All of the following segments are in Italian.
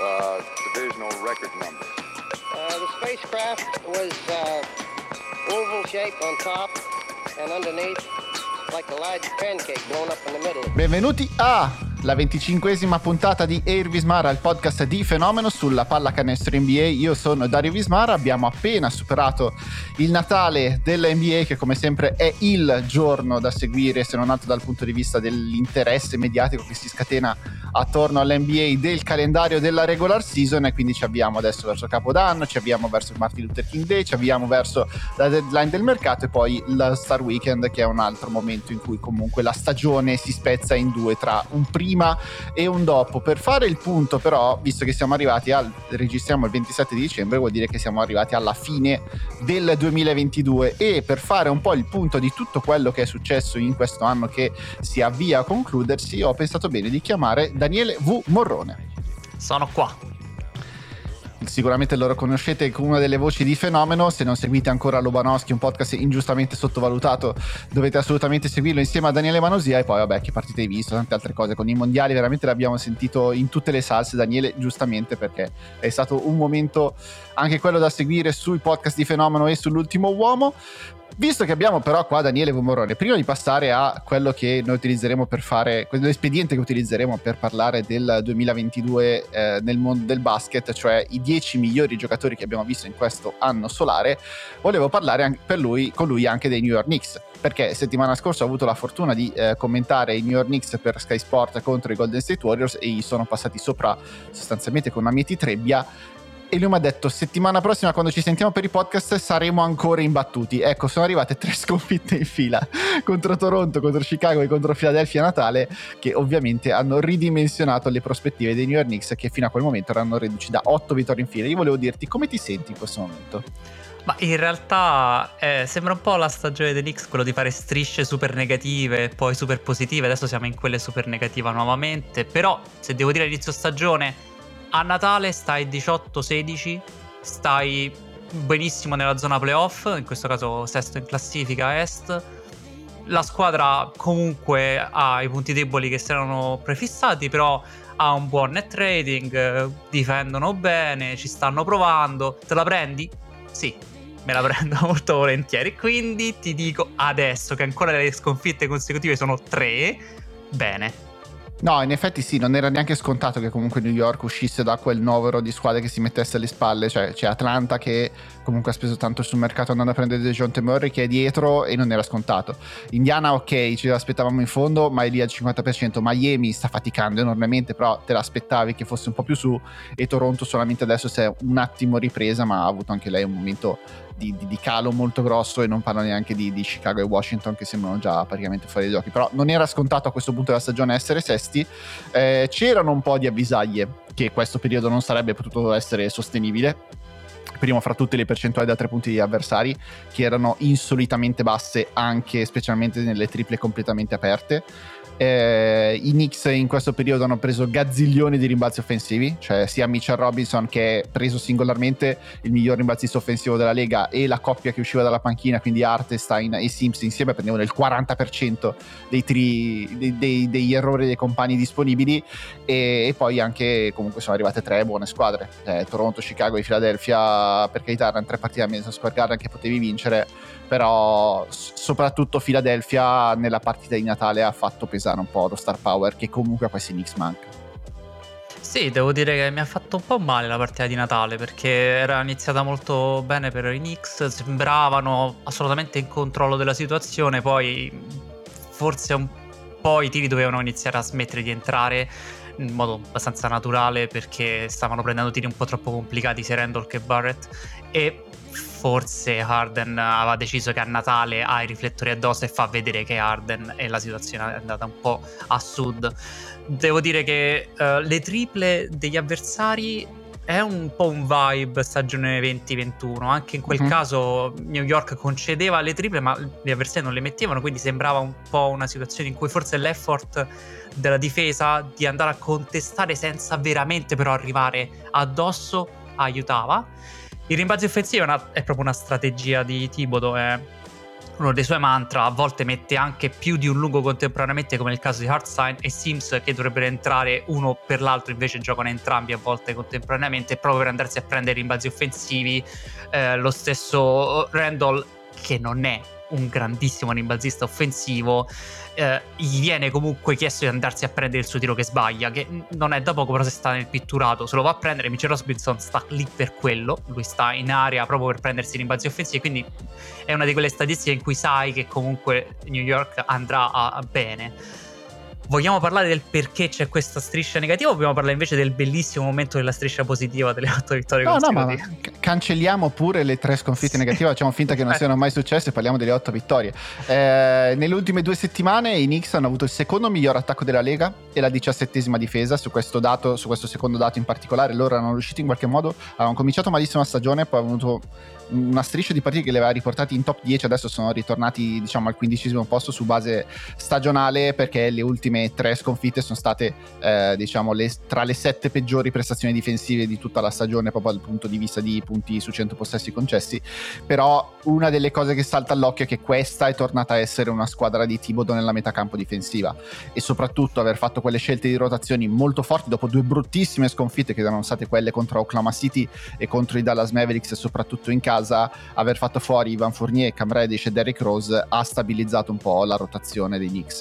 divisional record number. The spacecraft was oval shaped on top and underneath like a large pancake blown up in the middle. Benvenuti a la 25esima puntata di Air Vismara, il podcast di Fenomeno sulla pallacanestro NBA. Io sono Dario Vismara, abbiamo appena superato il Natale della NBA, che come sempre è il giorno da seguire, se non altro dal punto di vista dell'interesse mediatico che si scatena attorno all'NBA, del calendario della regular season, e quindi ci avviamo adesso verso Capodanno, ci avviamo verso il Martin Luther King Day, ci avviamo verso la deadline del mercato e poi il Star Weekend, che è un altro momento in cui comunque la stagione si spezza in due tra un prima e un dopo. Per fare il punto però, visto che siamo arrivati registriamo il 27 di dicembre, vuol dire che siamo arrivati alla fine del 2022, e per fare un po' il punto di tutto quello che è successo in questo anno che si avvia a concludersi, ho pensato bene di chiamare Daniele V. Morrone. Sono qua. Sicuramente lo conoscete come una delle voci di Fenomeno. Se non seguite ancora Lobanowski, un podcast ingiustamente sottovalutato, dovete assolutamente seguirlo insieme a Daniele Manosia. E poi vabbè, che partite hai visto, tante altre cose con i mondiali, veramente l'abbiamo sentito in tutte le salse Daniele, giustamente, perché è stato un momento anche quello da seguire sui podcast di Fenomeno e sull'Ultimo Uomo. Visto che abbiamo però qua Daniele V. Morrone, prima di passare a quello che noi utilizzeremo per fare, l'espediente che utilizzeremo per parlare del 2022 nel mondo del basket, cioè i 10 migliori giocatori che abbiamo visto in questo anno solare, volevo parlare anche con lui anche dei New York Knicks, perché settimana scorsa ho avuto la fortuna di commentare i New York Knicks per Sky Sport contro i Golden State Warriors, e gli sono passati sopra sostanzialmente con una mieti trebbia. E lui mi ha detto: settimana prossima, quando ci sentiamo per i podcast, saremo ancora imbattuti. Ecco, sono arrivate 3 sconfitte in fila contro Toronto, contro Chicago e contro Philadelphia a Natale, che ovviamente hanno ridimensionato le prospettive dei New York Knicks, che fino a quel momento erano ridotti da 8 vittorie in fila. Io volevo dirti, come ti senti in questo momento? Ma in realtà sembra un po' la stagione dei Knicks, quello di fare strisce super negative e poi super positive. Adesso siamo in quelle super negativa nuovamente. Però, se devo dire inizio stagione, a Natale stai 18-16, stai benissimo nella zona playoff, in questo caso sesto in classifica est. La squadra comunque ha i punti deboli che si erano prefissati, però ha un buon net rating, difendono bene, ci stanno provando. Te la prendi? Sì, me la prendo molto volentieri. Quindi ti dico adesso che ancora le sconfitte consecutive sono 3, bene. No, in effetti sì, non era neanche scontato che comunque New York uscisse da quel novero di squadre che si mettesse alle spalle. Cioè c'è Atlanta che comunque ha speso tanto sul mercato andando a prendere DeJounte Murray, che è dietro, e non era scontato. Indiana ok, ci aspettavamo in fondo, ma è lì al 50%. Miami sta faticando enormemente, però te l'aspettavi che fosse un po' più su. E Toronto solamente adesso si è un attimo ripresa, ma ha avuto anche lei un momento di calo molto grosso, e non parlo neanche di Chicago e Washington, che sembrano già praticamente fuori dai giochi. Però non era scontato a questo punto della stagione essere sesti. C'erano un po' di avvisaglie che questo periodo non sarebbe potuto essere sostenibile. Primo fra tutte le percentuali da 3 punti degli avversari, che erano insolitamente basse, anche specialmente nelle triple completamente aperte. I Knicks in questo periodo hanno preso gazzillioni di rimbalzi offensivi, cioè sia Mitchell Robinson, che è preso singolarmente il miglior rimbalzista offensivo della Lega, e la coppia che usciva dalla panchina, quindi Hartenstein e Sims insieme, prendevano il 40% degli errori dei compagni disponibili. E poi anche comunque sono arrivate 3 buone squadre, Toronto, Chicago e Philadelphia. Per carità, erano 3 partite a mezzo square garden che potevi vincere, però soprattutto Philadelphia nella partita di Natale ha fatto pesare un po' lo star power che comunque a questi Knicks manca. Sì, devo dire che mi ha fatto un po' male la partita di Natale, perché era iniziata molto bene per i Knicks, sembravano assolutamente in controllo della situazione, poi forse un po' i tiri dovevano iniziare a smettere di entrare in modo abbastanza naturale, perché stavano prendendo tiri un po' troppo complicati sia Randall che Barrett, e forse Harden aveva deciso che a Natale ha i riflettori addosso e fa vedere che Harden, e la situazione è andata un po' a sud. Devo dire che le triple degli avversari è un po' un vibe stagione 2021. Anche in quel caso New York concedeva le triple, ma gli avversari non le mettevano, quindi sembrava un po' una situazione in cui forse l'effort della difesa di andare a contestare senza veramente però arrivare addosso aiutava. I rimbalzi offensivi è proprio una strategia di Thibodeau, uno dei suoi mantra, a volte mette anche più di un lungo contemporaneamente, come nel caso di Hartstein e Sims, che dovrebbero entrare uno per l'altro, invece giocano entrambi a volte contemporaneamente, proprio per andarsi a prendere rimbalzi offensivi. Lo stesso Randall, che non è un grandissimo rimbalzista offensivo, gli viene comunque chiesto di andarsi a prendere il suo tiro che sbaglia, che non è da poco, però se sta nel pitturato se lo va a prendere. Mitchell Robinson sta lì per quello, lui sta in area proprio per prendersi i rimbalzi offensivi, quindi è una di quelle statistiche in cui sai che comunque New York andrà a bene. Vogliamo parlare del perché c'è questa striscia negativa o vogliamo parlare invece del bellissimo momento della striscia positiva delle 8 vittorie consecutive? No, ma cancelliamo pure le 3 sconfitte negative, facciamo finta che non siano mai successe e parliamo delle 8 vittorie. Nelle ultime 2 settimane i Knicks hanno avuto il secondo miglior attacco della Lega e la 17ª difesa. Su questo secondo dato in particolare loro erano riusciti in qualche modo, avevano cominciato malissimo la stagione, poi hanno avuto una striscia di partite che li aveva riportati in top 10, adesso sono ritornati diciamo al 15° posto su base stagionale, perché le ultime 3 sconfitte sono state diciamo tra le 7 peggiori prestazioni difensive di tutta la stagione, proprio dal punto di vista di punti su 100 possessi concessi. Però una delle cose che salta all'occhio è che questa è tornata a essere una squadra di Thibodeau nella metacampo difensiva, e soprattutto aver fatto quelle scelte di rotazioni molto forti dopo 2 bruttissime sconfitte che erano state quelle contro Oklahoma City e contro i Dallas Mavericks, e soprattutto in casa aver fatto fuori Ivan Fournier, Cam Reddish e Derrick Rose ha stabilizzato un po' la rotazione dei Knicks.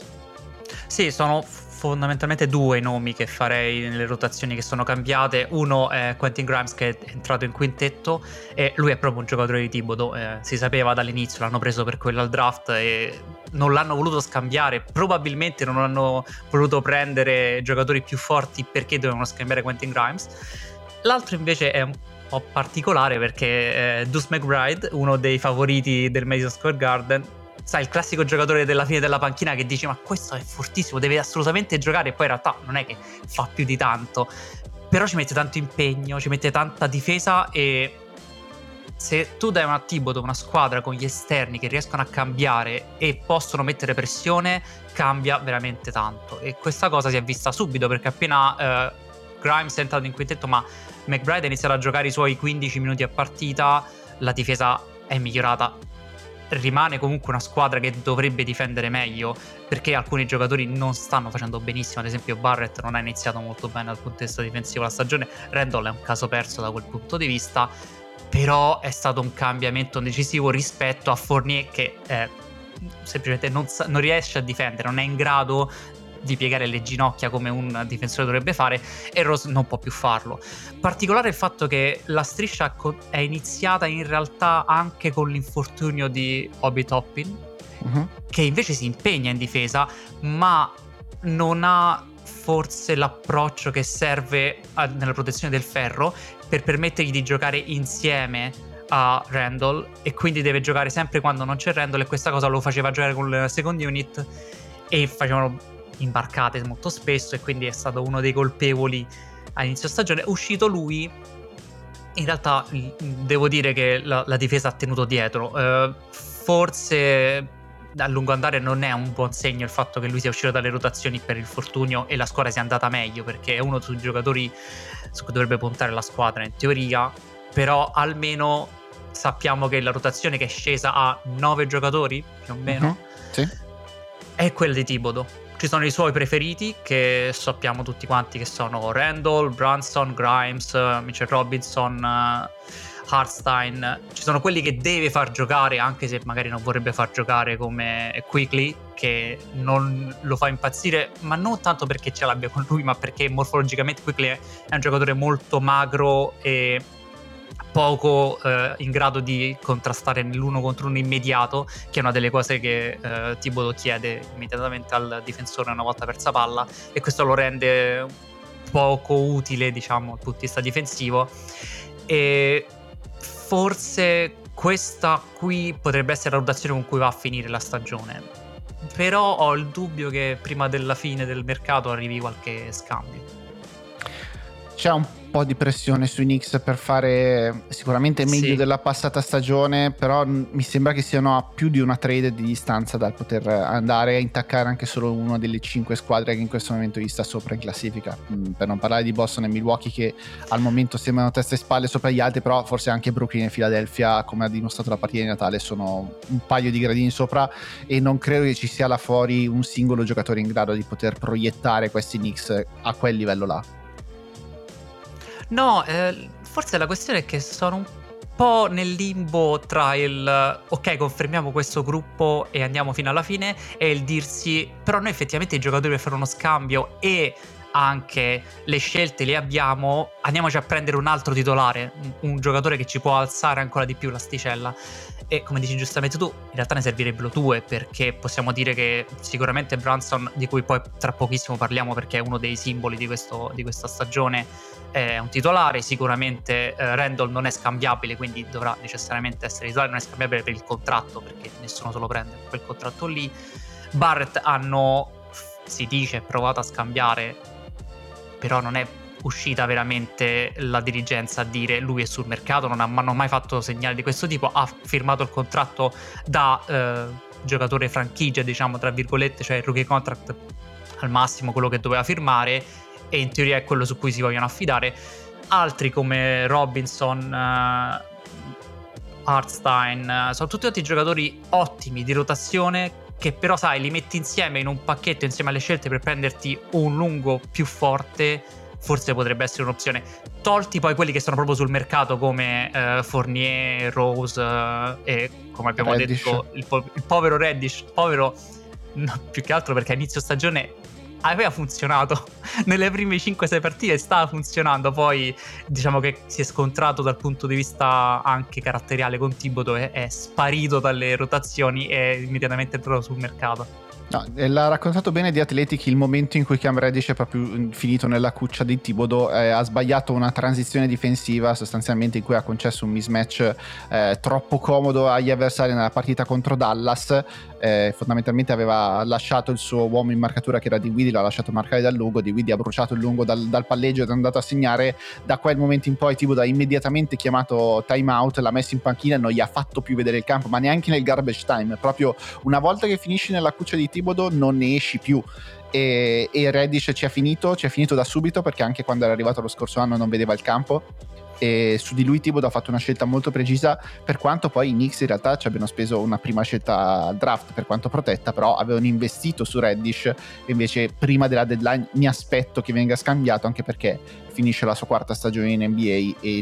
Sì, sono fondamentalmente 2 nomi che farei nelle rotazioni che sono cambiate. Uno è Quentin Grimes, che è entrato in quintetto, e lui è proprio un giocatore di Thibodeau, si sapeva dall'inizio, l'hanno preso per quello al draft e non l'hanno voluto scambiare, probabilmente non hanno voluto prendere giocatori più forti perché dovevano scambiare Quentin Grimes. L'altro invece è un po' particolare perché Deuce McBride, uno dei favoriti del Madison Square Garden, sai, il classico giocatore della fine della panchina che dice ma questo è fortissimo, deve assolutamente giocare, e poi in realtà non è che fa più di tanto, però ci mette tanto impegno, ci mette tanta difesa, e se tu dai un Thibodeau, una squadra con gli esterni che riescono a cambiare e possono mettere pressione, cambia veramente tanto. E questa cosa si è vista subito, perché appena Grimes è entrato in quintetto ma McBride ha iniziato a giocare i suoi 15 minuti a partita, la difesa è migliorata. Rimane comunque una squadra che dovrebbe difendere meglio, perché alcuni giocatori non stanno facendo benissimo. Ad esempio Barrett non ha iniziato molto bene dal punto di vista difensivo la stagione, Randall è un caso perso da quel punto di vista, però è stato un cambiamento decisivo rispetto a Fournier, che semplicemente non riesce a difendere, non è in grado di piegare le ginocchia come un difensore dovrebbe fare, e Rose non può più farlo. Particolare il fatto che la striscia è iniziata in realtà anche con l'infortunio di Obi Toppin, che invece si impegna in difesa ma non ha forse l'approccio che serve nella protezione del ferro per permettergli di giocare insieme a Randall, e quindi deve giocare sempre quando non c'è Randall, e questa cosa lo faceva giocare con la second unit e facevano imbarcate molto spesso, e quindi è stato uno dei colpevoli all'inizio stagione. È uscito lui, in realtà devo dire che la difesa ha tenuto dietro, forse a lungo andare non è un buon segno il fatto che lui sia uscito dalle rotazioni per il fortunio e la squadra sia andata meglio, perché è uno dei giocatori su cui dovrebbe puntare la squadra in teoria, però almeno sappiamo che la rotazione che è scesa a 9 giocatori più o meno, sì, è quella di Thibodeau. Ci sono i suoi preferiti, che sappiamo tutti quanti che sono Randall, Brunson, Grimes, Mitchell Robinson, Hartstein. Ci sono quelli che deve far giocare, anche se magari non vorrebbe far giocare, come Quickley, che non lo fa impazzire, ma non tanto perché ce l'abbia con lui, ma perché morfologicamente Quickley è un giocatore molto magro e poco in grado di contrastare nell'uno contro uno immediato, che è una delle cose che Thibodeau chiede immediatamente al difensore una volta persa palla, e questo lo rende poco utile, diciamo, dal punto di vista difensivo. E forse questa qui potrebbe essere la rotazione con cui va a finire la stagione, però ho il dubbio che prima della fine del mercato arrivi qualche scambio. C'è un po' di pressione sui Knicks per fare sicuramente meglio della passata stagione, però mi sembra che siano a più di una trade di distanza dal poter andare a intaccare anche solo una delle 5 squadre che in questo momento gli sta sopra in classifica, per non parlare di Boston e Milwaukee che al momento sembrano testa e spalle sopra gli altri, però forse anche Brooklyn e Philadelphia, come ha dimostrato la partita di Natale, sono un paio di gradini sopra, e non credo che ci sia là fuori un singolo giocatore in grado di poter proiettare questi Knicks a quel livello là. No, forse la questione è che sono un po' nel limbo tra il ok, confermiamo questo gruppo e andiamo fino alla fine, e il dirsi però noi effettivamente i giocatori per fare uno scambio e anche le scelte le abbiamo, andiamoci a prendere un altro titolare, un giocatore che ci può alzare ancora di più l'asticella. E come dici giustamente tu, in realtà ne servirebbero 2, perché possiamo dire che sicuramente Brunson, di cui poi tra pochissimo parliamo perché è uno dei simboli di questa stagione, è un titolare. Sicuramente Randall non è scambiabile, quindi dovrà necessariamente essere titolare, non è scambiabile per il contratto perché nessuno se lo prende quel contratto lì. Barrett si dice, provato a scambiare, però non è uscita veramente la dirigenza a dire lui è sul mercato, non hanno mai fatto segnali di questo tipo, ha firmato il contratto da giocatore franchigia, diciamo tra virgolette, cioè il rookie contract al massimo, quello che doveva firmare, e in teoria è quello su cui si vogliono affidare. Altri come Robinson, Hartstein, sono tutti altri giocatori ottimi di rotazione che però sai li metti insieme in un pacchetto insieme alle scelte per prenderti un lungo più forte, forse potrebbe essere un'opzione, tolti poi quelli che sono proprio sul mercato come Fournier, Rose e come abbiamo Reddish. detto il povero Reddish, no, più che altro perché a inizio stagione aveva funzionato nelle prime 5-6 partite, stava funzionando, poi diciamo che si è scontrato dal punto di vista anche caratteriale con Thibodeau, è sparito dalle rotazioni e immediatamente entrato sul mercato. No, l'ha raccontato bene di Athletic il momento in cui Cam Reddish è proprio finito nella cuccia di Thibodeau, ha sbagliato una transizione difensiva sostanzialmente in cui ha concesso un mismatch troppo comodo agli avversari nella partita contro Dallas. Fondamentalmente aveva lasciato il suo uomo in marcatura che era Dinwiddie, l'ha lasciato marcare dal lungo, Dinwiddie ha bruciato il lungo dal palleggio ed è andato a segnare. Da quel momento in poi Thibodeau ha immediatamente chiamato time out, l'ha messo in panchina e non gli ha fatto più vedere il campo, ma neanche nel garbage time, proprio una volta che finisci nella cuccia di Thibodeau non ne esci più. E Reddish ci ha finito da subito, perché anche quando era arrivato lo scorso anno non vedeva il campo, e su di lui Thibodeau ha fatto una scelta molto precisa, per quanto poi i Knicks in realtà ci abbiano speso una prima scelta al draft per quanto protetta, però avevano investito su Reddish, e invece prima della deadline mi aspetto che venga scambiato, anche perché finisce la sua 4ª stagione in NBA e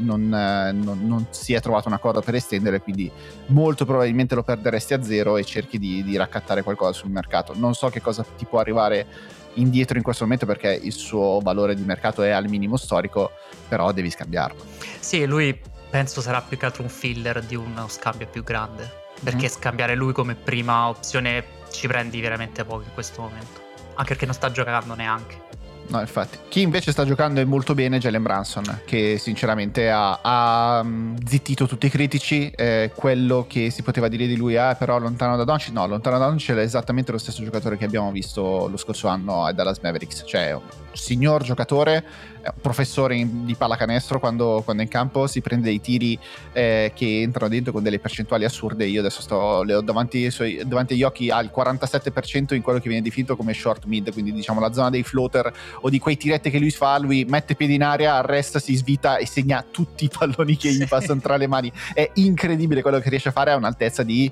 non si è trovato un accordo per estendere, quindi molto probabilmente lo perderesti a zero e cerchi di raccattare qualcosa sul mercato. Non so che cosa ti può arrivare indietro in questo momento, perché il suo valore di mercato è al minimo storico, però devi scambiarlo. Sì, lui penso sarà più che altro un filler di uno scambio più grande, perché scambiare lui come prima opzione ci prendi veramente poco in questo momento, anche perché non sta giocando neanche. No, infatti. Chi invece sta giocando è molto bene Jalen Brunson, che sinceramente ha zittito tutti i critici. Quello che si poteva dire di lui è però lontano da Doncic. No, lontano da Doncic è esattamente lo stesso giocatore che abbiamo visto lo scorso anno ai Dallas Mavericks, cioè un signor giocatore, un professore di pallacanestro. Quando è in campo si prende dei tiri che entrano dentro con delle percentuali assurde. Io adesso le ho davanti agli occhi, al 47% in quello che viene definito come short mid, quindi diciamo la zona dei floater o di quei tiretti che lui fa. Lui mette piedi in aria, arresta, si svita e segna tutti i palloni che gli passano tra le mani. È incredibile quello che riesce a fare a un'altezza di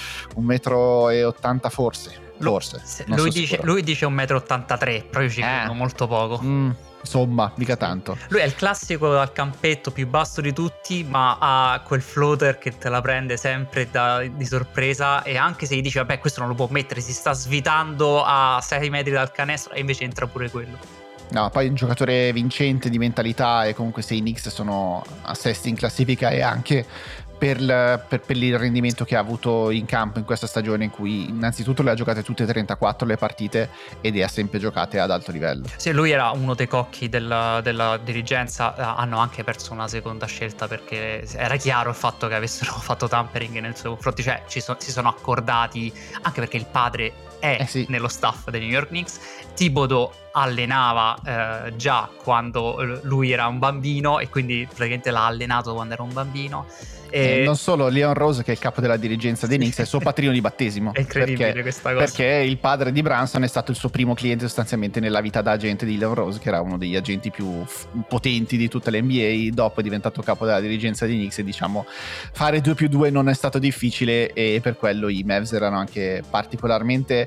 1,80 m forse. Lui dice 1,83 m, proprio ci credo molto poco. Insomma, mica tanto. Lui è il classico al campetto più basso di tutti, ma ha quel floater che te la prende sempre di sorpresa, e anche se gli dici vabbè questo non lo può mettere, si sta svitando a 6 metri dal canestro, e invece entra pure quello. No, poi un giocatore vincente di mentalità, e comunque se i Knicks sono a sesti in classifica è anche per il rendimento che ha avuto in campo in questa stagione, in cui innanzitutto le ha giocate tutte 34 le partite ed le ha sempre giocate ad alto livello. Sì, lui era uno dei cocchi della dirigenza. Hanno anche perso una seconda scelta perché era chiaro il fatto che avessero fatto tampering nel suo confronto, cioè si sono accordati, anche perché il padre è sì. nello staff dei New York Knicks. Thibodeau allenava già quando lui era un bambino, e quindi praticamente l'ha allenato quando era un bambino. Non solo Leon Rose, che è il capo della dirigenza dei Knicks, è il suo padrino di battesimo. È incredibile questa cosa. Perché il padre di Brunson è stato il suo primo cliente sostanzialmente nella vita da agente di Leon Rose, che era uno degli agenti più potenti di tutta l'NBA. Dopo è diventato capo della dirigenza dei Knicks, e diciamo fare 2+2 non è stato difficile, e per quello i Mavs erano anche particolarmente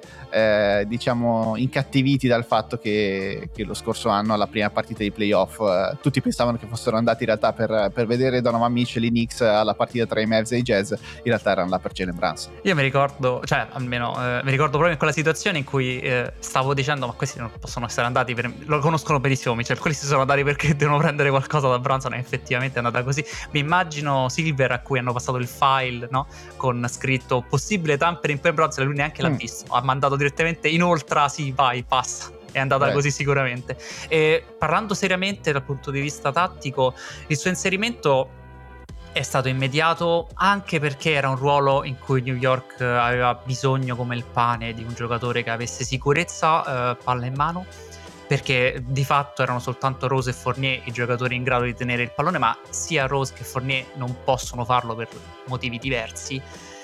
diciamo incattiviti dal fatto che lo scorso anno, alla prima partita di playoff, tutti pensavano che fossero andati in realtà per vedere Donovan Mitchell e i Knicks alla partita tra i Mavs e i Jazz. In realtà erano là per Jalen Brunson. Io mi ricordo, cioè almeno mi ricordo proprio in quella situazione in cui stavo dicendo: ma questi non possono essere andati lo conoscono benissimo Mitchell, quelli si sono andati perché devono prendere qualcosa da Brunson, e effettivamente è andata così. Mi immagino Silver, a cui hanno passato il file, no? Con scritto possibile tampering per Brunson, e lui neanche l'ha visto, ha mandato direttamente inoltre, sì vai passa. È andata così sicuramente. E parlando seriamente dal punto di vista tattico, il suo inserimento è stato immediato, anche perché era un ruolo in cui New York aveva bisogno come il pane di un giocatore che avesse sicurezza, palla in mano, perché di fatto erano soltanto Rose e Fournier i giocatori in grado di tenere il pallone, ma sia Rose che Fournier non possono farlo per motivi diversi,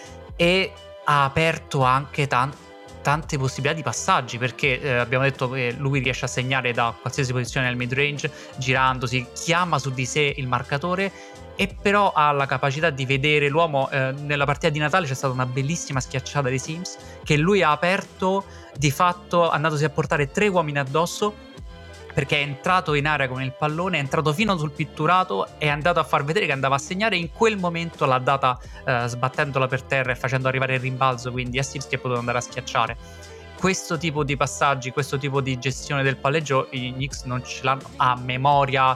e ha aperto anche tante possibilità di passaggi, perché abbiamo detto che lui riesce a segnare da qualsiasi posizione nel mid range, girandosi, chiama su di sé il marcatore, e però ha la capacità di vedere l'uomo. Nella partita di Natale c'è stata una bellissima schiacciata dei Sims, che lui ha aperto di fatto andandosi a portare 3 uomini addosso, perché è entrato in area con il pallone, è entrato fino sul pitturato, è andato a far vedere che andava a segnare, e in quel momento l'ha data sbattendola per terra e facendo arrivare il rimbalzo, quindi a Sims, che poteva andare a schiacciare. Questo tipo di passaggi, questo tipo di gestione del palleggio i Knicks non ce l'hanno a memoria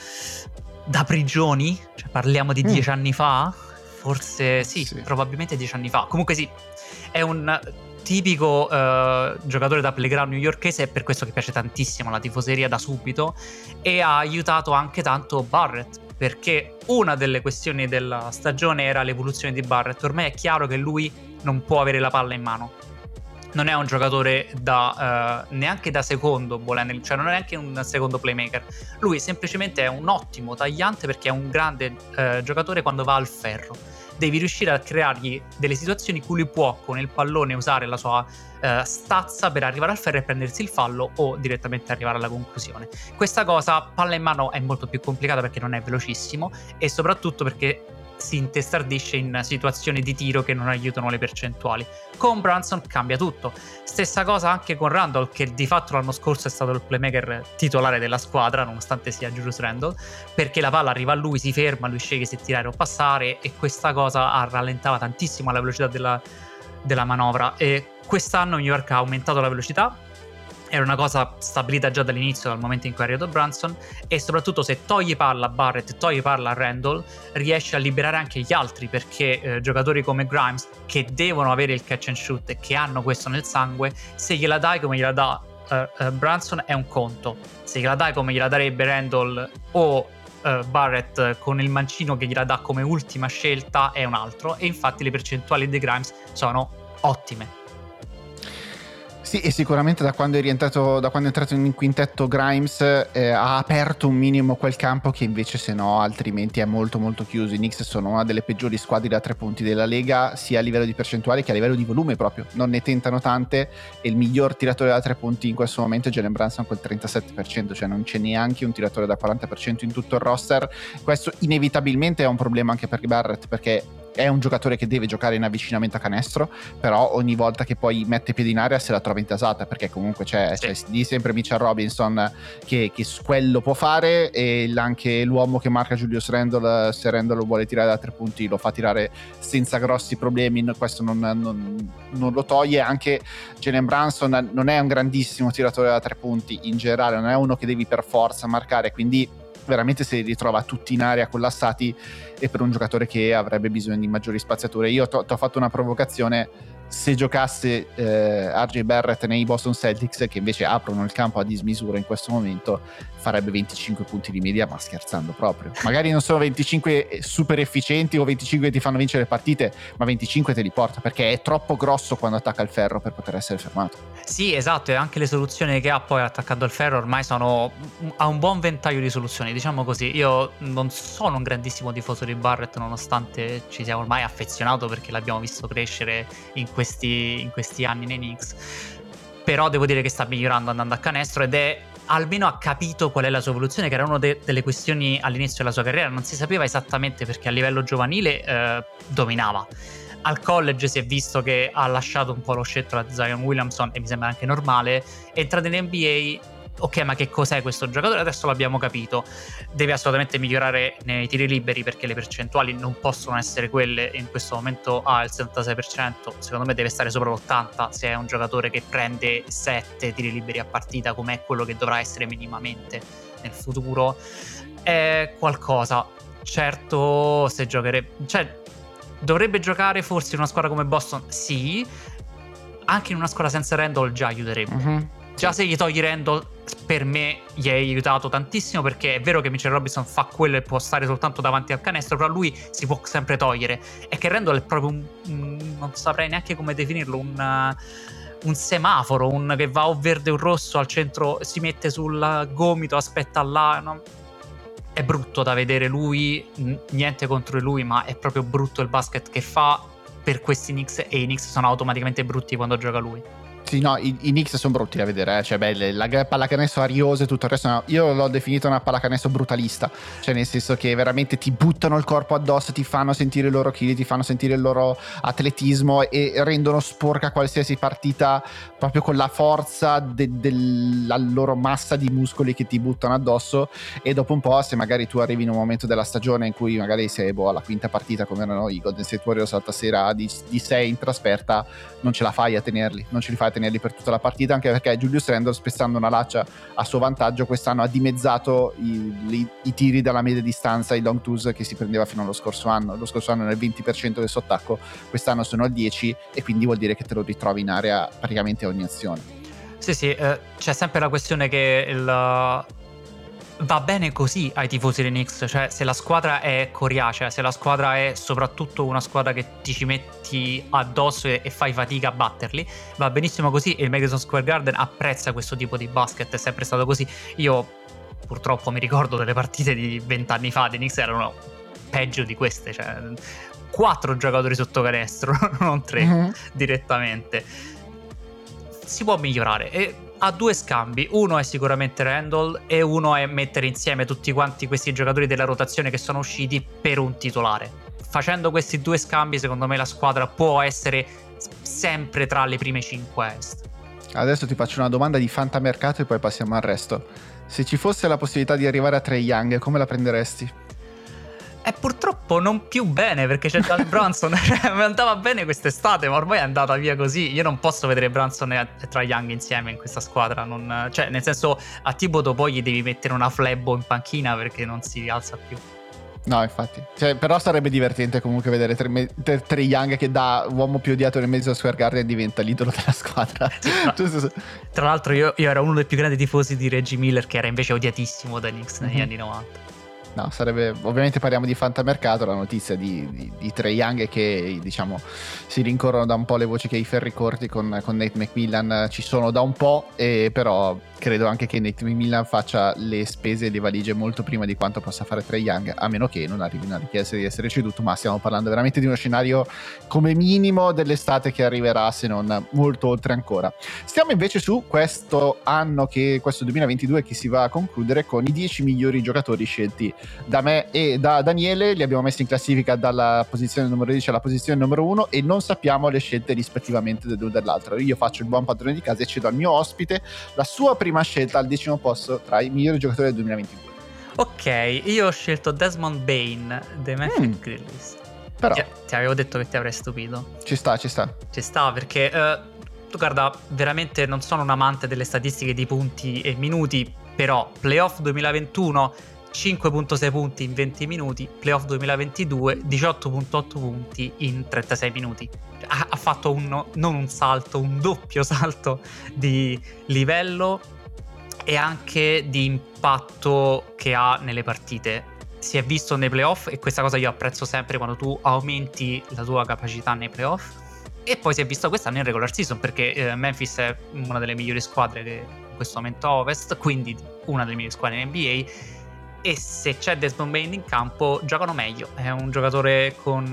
da prigioni, cioè parliamo di 10 anni fa, forse sì, probabilmente 10 anni fa. Comunque sì, è un tipico giocatore da playground newyorkese, è per questo che piace tantissimo alla tifoseria da subito, e ha aiutato anche tanto Barrett, perché una delle questioni della stagione era l'evoluzione di Barrett. Ormai è chiaro che lui non può avere la palla in mano, non è un giocatore neanche da secondo, cioè non è neanche un secondo playmaker. Lui semplicemente è un ottimo tagliante, perché è un grande giocatore quando va al ferro. Devi riuscire a creargli delle situazioni in cui lui può con il pallone usare la sua stazza per arrivare al ferro e prendersi il fallo, o direttamente arrivare alla conclusione. Questa cosa, palla in mano, è molto più complicata perché non è velocissimo, e soprattutto perché si intestardisce in situazioni di tiro che non aiutano le percentuali. Con Brunson cambia tutto. Stessa cosa anche con Randall, che di fatto l'anno scorso è stato il playmaker titolare della squadra, nonostante sia Julius Randle, perché la palla arriva a lui, si ferma, lui sceglie se tirare o passare, e questa cosa rallentava tantissimo la velocità della manovra. E quest'anno New York ha aumentato la velocità. Era una cosa stabilita già dall'inizio, dal momento in cui è arrivato Brunson, e soprattutto se togli palla a Barrett, togli palla a Randall, riesce a liberare anche gli altri, perché giocatori come Grimes, che devono avere il catch and shoot e che hanno questo nel sangue, se gliela dai come gliela dà Brunson è un conto, se gliela dai come gliela darebbe Randall o Barrett con il mancino che gliela dà come ultima scelta è un altro. E infatti le percentuali di Grimes sono ottime. Sì, e sicuramente da quando è entrato in quintetto Grimes ha aperto un minimo quel campo che invece se no altrimenti è molto molto chiuso. I Knicks sono una delle peggiori squadre da 3 punti della Lega, sia a livello di percentuale che a livello di volume proprio, non ne tentano tante, e il miglior tiratore da 3 punti in questo momento è Jalen Brunson col 37%, cioè non c'è neanche un tiratore da 40% in tutto il roster. Questo inevitabilmente è un problema anche per Barrett, perché è un giocatore che deve giocare in avvicinamento a canestro, però ogni volta che poi mette piede in area se la trova intasata, perché comunque c'è di sempre Mitchell Robinson che quello può fare, e anche l'uomo che marca Julius Randle, se Randle lo vuole tirare da 3 punti lo fa tirare senza grossi problemi, questo non lo toglie. Anche Jalen Brunson non è un grandissimo tiratore da 3 punti in generale, non è uno che devi per forza marcare, quindi veramente si ritrova tutti in area collassati, e per un giocatore che avrebbe bisogno di maggiori spaziature. Io ti ho fatto una provocazione: se giocasse RJ Barrett nei Boston Celtics, che invece aprono il campo a dismisura in questo momento, farebbe 25 punti di media, ma scherzando proprio. Magari non sono 25 super efficienti o 25 che ti fanno vincere le partite, ma 25 te li porta, perché è troppo grosso quando attacca il ferro per poter essere fermato. Sì, esatto, e anche le soluzioni che ha poi attaccando il ferro ormai ha un buon ventaglio di soluzioni, diciamo così. Io non sono un grandissimo tifoso di Barrett, nonostante ci sia ormai affezionato perché l'abbiamo visto crescere in questi anni nei Knicks, però devo dire che sta migliorando andando a canestro ed è almeno ha capito qual è la sua evoluzione, che era una delle questioni all'inizio della sua carriera. Non si sapeva esattamente perché a livello giovanile dominava. Al college si è visto che ha lasciato un po' lo scettro a Zion Williamson, e mi sembra anche normale. È entrato in NBA, ok, ma che cos'è questo giocatore? Adesso l'abbiamo capito. Deve assolutamente migliorare nei tiri liberi, perché le percentuali non possono essere quelle. In questo momento ha il 76%, secondo me deve stare sopra l'80% se è un giocatore che prende 7 tiri liberi a partita, come è quello che dovrà essere minimamente nel futuro. È qualcosa. Certo, se dovrebbe giocare forse in una squadra come Boston, sì. Anche in una squadra senza Randall già aiuterebbe. Mm-hmm. Già se gli togli Randall, per me gli hai aiutato tantissimo, perché è vero che Mitchell Robinson fa quello e può stare soltanto davanti al canestro, però lui si può sempre togliere. E che Randall è proprio non saprei neanche come definirlo, un semaforo, che va o verde o rosso al centro, si mette sul gomito, aspetta là, no? È brutto da vedere lui, niente contro lui, ma è proprio brutto il basket che fa per questi Knicks, e i Knicks sono automaticamente brutti quando gioca lui. Sì, no, i Knicks sono brutti da vedere, cioè beh, la pallacanestro ariosa e tutto il resto, no. Io l'ho definito una pallacanestro brutalista, cioè nel senso che veramente ti buttano il corpo addosso, ti fanno sentire il loro chili, ti fanno sentire il loro atletismo e rendono sporca qualsiasi partita proprio con la forza della loro massa di muscoli che ti buttano addosso. E dopo un po', se magari tu arrivi in un momento della stagione in cui magari sei alla quinta partita, come erano i Golden State Warriors l'altra sera, di 6 in trasferta, non ce la fai a tenerli, non ce li fai a tenerli per tutta la partita, anche perché Julius Randle, spezzando una laccia a suo vantaggio, quest'anno ha dimezzato i tiri dalla media distanza, i long twos che si prendeva fino allo scorso anno. Lo scorso anno era il 20% del suo attacco, quest'anno sono al 10%, e quindi vuol dire che te lo ritrovi in area praticamente ogni azione. Sì, c'è sempre la questione che va bene così ai tifosi dei Knicks, cioè se la squadra è coriacea, se la squadra è soprattutto una squadra che ti ci metti addosso e fai fatica a batterli, va benissimo così, e il Madison Square Garden apprezza questo tipo di basket, è sempre stato così. Io purtroppo mi ricordo delle partite di 20 anni fa dei Knicks erano peggio di queste, cioè 4 giocatori sotto canestro, non 3 direttamente. Si può migliorare e ha 2 scambi, uno è sicuramente Randall e uno è mettere insieme tutti quanti questi giocatori della rotazione che sono usciti per un titolare. Facendo questi 2 scambi, secondo me la squadra può essere sempre tra le prime 5 est. Adesso ti faccio una domanda di fantamercato e poi passiamo al resto. Se ci fosse la possibilità di arrivare a Trae Young, come la prenderesti? Purtroppo non più bene, perché c'è Jalen Brunson. Mi andava bene quest'estate, ma ormai è andata via così. Io non posso vedere Brunson e Trae Young insieme in questa squadra, cioè nel senso, a Thibodeau poi gli devi mettere una flebbo in panchina perché non si alza più. No, infatti, cioè, però sarebbe divertente comunque vedere Trae Young che da uomo più odiato nel Madison Square Garden diventa l'idolo della squadra. Tra l'altro io ero uno dei più grandi tifosi di Reggie Miller, che era invece odiatissimo dai Knicks negli anni 90. No, sarebbe, ovviamente parliamo di fantamercato, la notizia di Trae Young è che, diciamo, si rincorrono da un po' le voci che i ferri corti con Nate McMillan ci sono da un po', però credo anche che Nate McMillan faccia le spese e le valigie molto prima di quanto possa fare Trae Young, a meno che non arrivi una richiesta di essere ceduto, ma stiamo parlando veramente di uno scenario come minimo dell'estate che arriverà, se non molto oltre ancora. Stiamo invece su questo anno, questo 2022 che si va a concludere con i 10 migliori giocatori scelti da me e da Daniele. Li abbiamo messi in classifica dalla posizione numero 10 alla posizione numero 1 e non sappiamo le scelte rispettivamente dell'uno e dell'altro. Io faccio il buon padrone di casa e cedo al mio ospite la sua prima scelta al 10° posto tra i migliori giocatori del 2022. Ok, io ho scelto Desmond Bane dei Memphis Grizzlies. Però ti avevo detto che ti avrei stupito. Ci sta perché guarda, veramente non sono un amante delle statistiche di punti e minuti, però playoff 2021, 5.6 punti in 20 minuti, playoff 2022, 18.8 punti in 36 minuti. Ha fatto non un salto, un doppio salto di livello e anche di impatto che ha nelle partite. Si è visto nei playoff, e questa cosa io apprezzo sempre quando tu aumenti la tua capacità nei playoff, e poi si è visto quest'anno in regular season, perché Memphis è una delle migliori squadre che in questo momento a Ovest, quindi una delle migliori squadre in NBA, e se c'è Desmond Bane in campo giocano meglio. È un giocatore con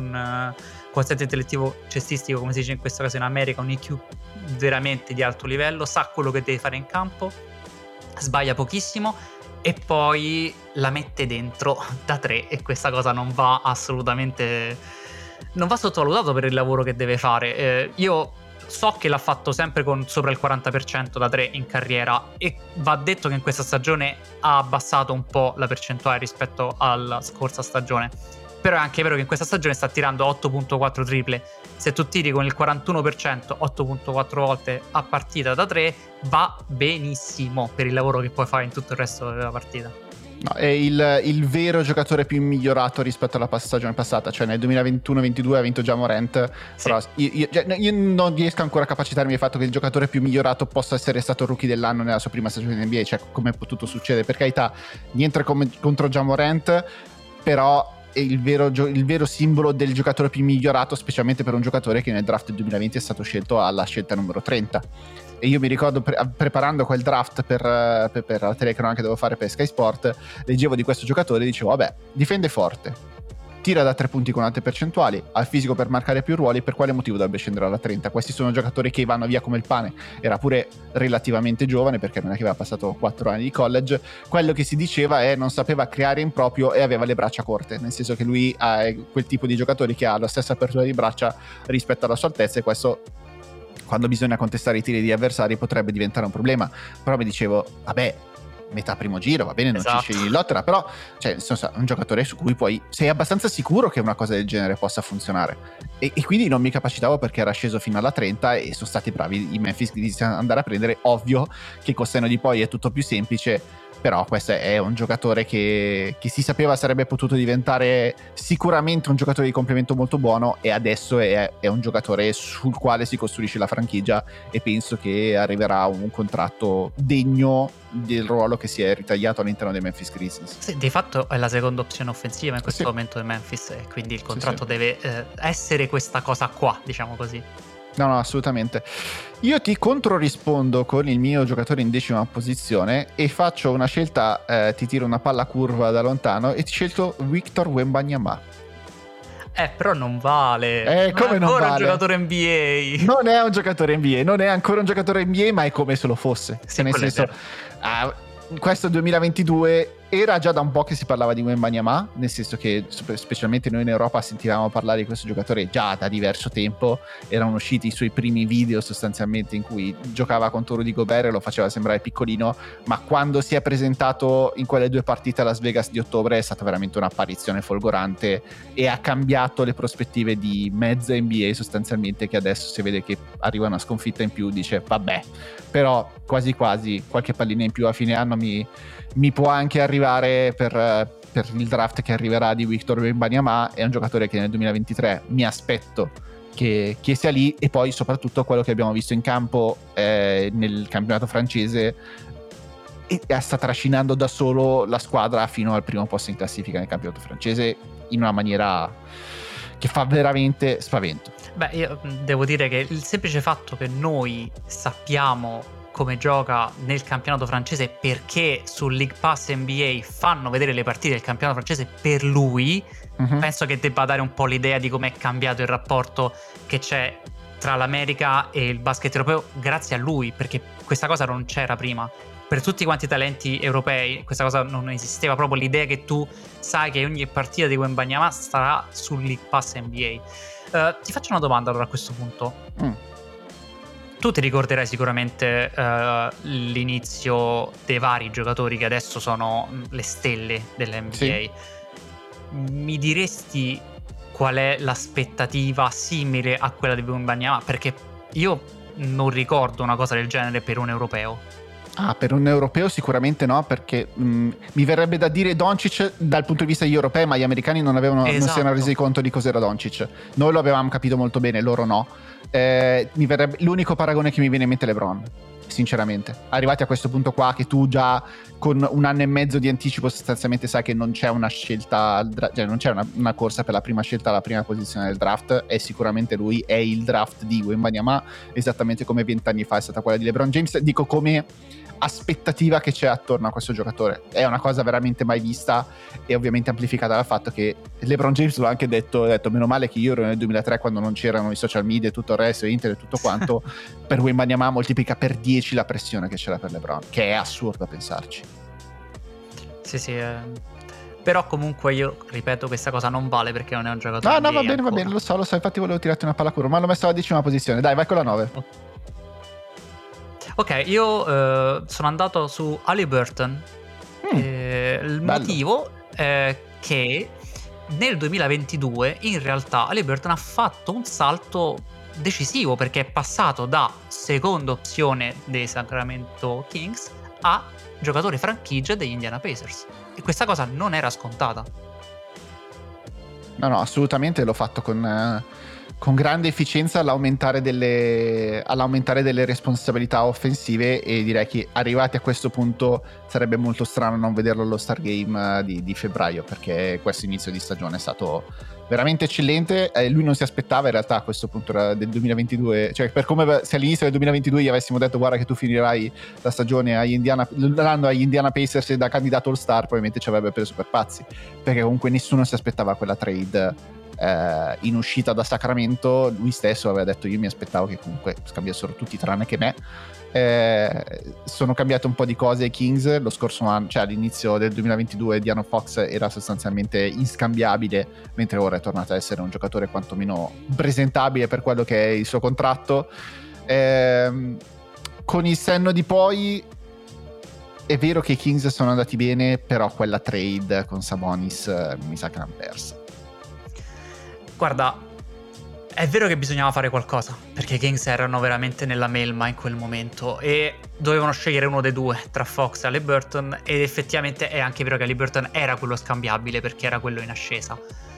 un quoziente intellettivo cestistico, come si dice in questo caso in America, un IQ veramente di alto livello, sa quello che deve fare in campo, sbaglia pochissimo e poi la mette dentro da 3, e questa cosa non va assolutamente, non va sottovalutato per il lavoro che deve fare. Io so che l'ha fatto sempre con sopra il 40% da 3 in carriera, e va detto che in questa stagione ha abbassato un po' la percentuale rispetto alla scorsa stagione, però è anche vero che in questa stagione sta tirando 8.4 triple. Se tu tiri con il 41%, 8.4 volte a partita da 3, va benissimo per il lavoro che puoi fare in tutto il resto della partita. No, è il vero giocatore più migliorato rispetto alla stagione passata, cioè nel 2021-22 ha vinto Ja Morant, sì. Però io non riesco ancora a capacitarmi del fatto che il giocatore più migliorato possa essere stato il rookie dell'anno nella sua prima stagione in NBA, cioè come è potuto succedere. Per carità, niente contro Ja Morant, però è il vero simbolo del giocatore più migliorato, specialmente per un giocatore che nel draft del 2020 è stato scelto alla scelta numero 30. E io mi ricordo preparando quel draft per la telecronaca che dovevo fare per Sky Sport, leggevo di questo giocatore e dicevo vabbè, difende forte, tira da 3 punti con alte percentuali, ha il fisico per marcare più ruoli, per quale motivo dovrebbe scendere alla 30? Questi sono giocatori che vanno via come il pane. Era pure relativamente giovane, perché non è che aveva passato 4 anni di college. Quello che si diceva è non sapeva creare in proprio e aveva le braccia corte, nel senso che lui è quel tipo di giocatori che ha la stessa apertura di braccia rispetto alla sua altezza, e questo quando bisogna contestare i tiri degli avversari potrebbe diventare un problema. Però mi dicevo vabbè, metà primo giro va bene, non esatto. ci scegli in lotta, però cioè, è un giocatore su cui poi sei abbastanza sicuro che una cosa del genere possa funzionare, e quindi non mi capacitavo perché era sceso fino alla 30 e sono stati bravi i Memphis Grizzlies ad andare a prendere. Ovvio che col senno di poi è tutto più semplice, però questo è un giocatore che si sapeva sarebbe potuto diventare sicuramente un giocatore di complemento molto buono, e adesso è un giocatore sul quale si costruisce la franchigia, e penso che arriverà un contratto degno del ruolo che si è ritagliato all'interno dei Memphis Grizzlies. Sì, di fatto è la seconda opzione offensiva in questo momento del Memphis, e quindi il contratto deve essere questa cosa qua, diciamo così. No, assolutamente. Io ti controrispondo con il mio giocatore in 10ª posizione e faccio una scelta, ti tiro una palla curva da lontano e ti scelto Victor Wembanyama. Però non vale. Come non vale? Un giocatore NBA. Non è un giocatore NBA, non è ancora un giocatore NBA, ma è come se lo fosse. Sì, nel senso, questo 2022 era già da un po' che si parlava di Wembanyama, nel senso che specialmente noi in Europa sentivamo parlare di questo giocatore già da diverso tempo. Erano usciti i suoi primi video sostanzialmente in cui giocava contro Rudy Gobert e lo faceva sembrare piccolino, ma quando si è presentato in quelle 2 partite a Las Vegas di ottobre è stata veramente un'apparizione folgorante e ha cambiato le prospettive di mezza NBA sostanzialmente, che adesso si vede che arriva una sconfitta in più, dice vabbè, però quasi quasi qualche pallina in più a fine anno mi può anche arrivare per il draft che arriverà di Victor Wembanyama. È un giocatore che nel 2023 mi aspetto che sia lì, e poi soprattutto quello che abbiamo visto in campo nel campionato francese, e sta trascinando da solo la squadra fino al primo posto in classifica nel campionato francese in una maniera che fa veramente spavento. Beh, io devo dire che il semplice fatto che noi sappiamo come gioca nel campionato francese, perché sul League Pass NBA fanno vedere le partite del campionato francese per lui, penso che debba dare un po' l'idea di come è cambiato il rapporto che c'è tra l'America e il basket europeo grazie a lui, perché questa cosa non c'era prima. Per tutti quanti i talenti europei questa cosa non esisteva, proprio l'idea che tu sai che ogni partita di Wembanyama starà sul League Pass NBA. Ti faccio una domanda allora a questo punto. Tu ti ricorderai sicuramente l'inizio dei vari giocatori che adesso sono le stelle dell'NBA. Sì. Mi diresti qual è l'aspettativa simile a quella di Wembanyama? Perché io non ricordo una cosa del genere per un europeo. Per un europeo sicuramente no, perché mi verrebbe da dire Doncic dal punto di vista degli europei, ma gli americani non si erano Esatto. resi conto di cos'era Doncic. Noi lo avevamo capito molto bene, loro no. L'unico paragone che mi viene in mente è LeBron, sinceramente. Arrivati a questo punto qua, che tu già con un anno e mezzo di anticipo sostanzialmente sai che non c'è una scelta, cioè non c'è una corsa per la prima scelta alla prima posizione del draft, e sicuramente lui è il draft di Wembanyama, esattamente come 20 anni fa è stata quella di LeBron James. Dico come aspettativa che c'è attorno a questo giocatore, è una cosa veramente mai vista, e ovviamente amplificata dal fatto che LeBron James l'ha anche detto, meno male che io ero nel 2003 quando non c'erano i social media e tutto il resto, internet e tutto quanto. Per Wembanyama moltiplica per 10 la pressione che c'era per LeBron, che è assurdo a pensarci. Sì, però comunque io ripeto, questa cosa non vale perché non è un giocatore. No, va bene, lo so, infatti volevo tirarti una palla curva, ma l'ho messo alla 10ª posizione. Dai, vai con la 9. Ok, io sono andato su Haliburton. Il motivo è che nel 2022 in realtà Haliburton ha fatto un salto decisivo, perché è passato da seconda opzione dei Sacramento Kings a giocatore franchigia degli Indiana Pacers, e questa cosa non era scontata. No, assolutamente, l'ho fatto con grande efficienza all'aumentare delle responsabilità offensive, e direi che arrivati a questo punto sarebbe molto strano non vederlo allo Star Game di febbraio, perché questo inizio di stagione è stato veramente eccellente. Lui non si aspettava in realtà a questo punto del 2022, cioè per come se all'inizio del 2022 gli avessimo detto guarda che tu finirai la stagione l'anno agli Indiana Pacers da candidato All Star, probabilmente ci avrebbe preso per pazzi, perché comunque nessuno si aspettava quella trade in uscita da Sacramento. Lui stesso aveva detto io mi aspettavo che comunque scambiassero tutti tranne che me. Sono cambiate un po' di cose ai Kings lo scorso anno, cioè all'inizio del 2022 De'Aaron Fox era sostanzialmente inscambiabile, mentre ora è tornato a essere un giocatore quantomeno presentabile per quello che è il suo contratto. Con il senno di poi è vero che i Kings sono andati bene, però quella trade con Sabonis mi sa che l'hanno persa. Guarda, è vero che bisognava fare qualcosa, perché i Kings erano veramente nella melma in quel momento e dovevano scegliere uno dei due tra Fox e Haliburton, ed effettivamente è anche vero che Haliburton era quello scambiabile perché era quello in ascesa.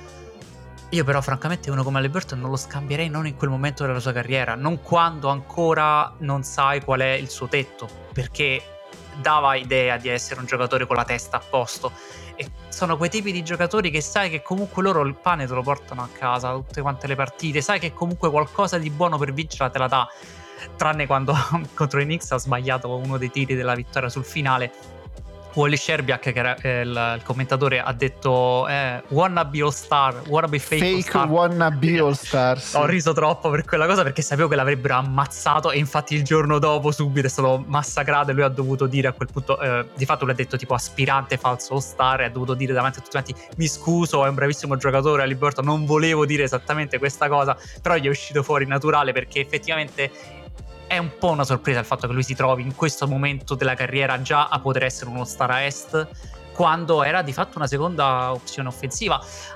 Io però francamente uno come Haliburton non lo scambierei, non in quel momento della sua carriera, non quando ancora non sai qual è il suo tetto, perché dava idea di essere un giocatore con la testa a posto, e sono quei tipi di giocatori che sai che comunque loro il pane te lo portano a casa tutte quante le partite, sai che comunque qualcosa di buono per vincere te la dà, tranne quando contro i Knicks ha sbagliato uno dei tiri della vittoria sul finale. Wally Sherbiak, che era il commentatore, ha detto wannabe all star, wannabe fake all wannabe all stars. Ho riso troppo per quella cosa perché sapevo che l'avrebbero ammazzato, e infatti il giorno dopo subito è stato massacrato e lui ha dovuto dire a quel punto, di fatto lui ha detto tipo aspirante falso all star, e ha dovuto dire davanti a tutti quanti mi scuso, è un bravissimo giocatore Haliburton, non volevo dire esattamente questa cosa, però gli è uscito fuori naturale, perché effettivamente è un po' una sorpresa il fatto che lui si trovi in questo momento della carriera già a poter essere uno star a est, quando era di fatto una seconda opzione offensiva.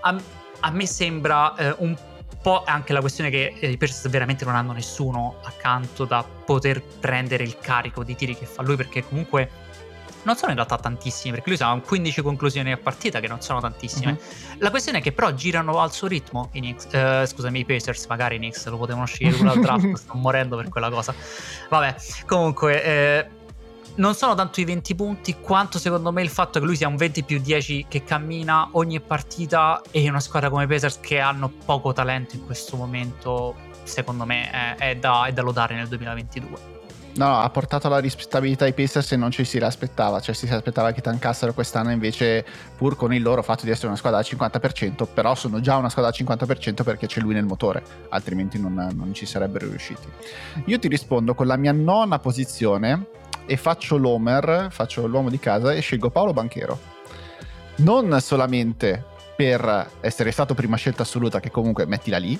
A me sembra un po' anche la questione che i Pacers veramente non hanno nessuno accanto da poter prendere il carico di tiri che fa lui, perché comunque non sono in realtà tantissimi, perché lui ha 15 conclusioni a partita, che non sono tantissime. La questione è che però girano al suo ritmo i Knicks, scusami, i Pacers, magari i Knicks lo potevano scegliere pure al draft, sto morendo per quella cosa. Vabbè, comunque non sono tanto i 20 punti quanto secondo me il fatto che lui sia un 20+10 che cammina ogni partita, e una squadra come i Pacers che hanno poco talento in questo momento, secondo me è da lodare nel 2022. No, ha portato la rispettabilità ai Pacers e non ci si aspettava, cioè si aspettava che tancassero quest'anno, invece pur con il loro fatto di essere una squadra al 50%, però sono già una squadra al 50% perché c'è lui nel motore, altrimenti non ci sarebbero riusciti. Io ti rispondo con la mia 9ª posizione e faccio l'uomo di casa e scelgo Paolo Banchero. Non solamente per essere stato prima scelta assoluta, che comunque mettila lì,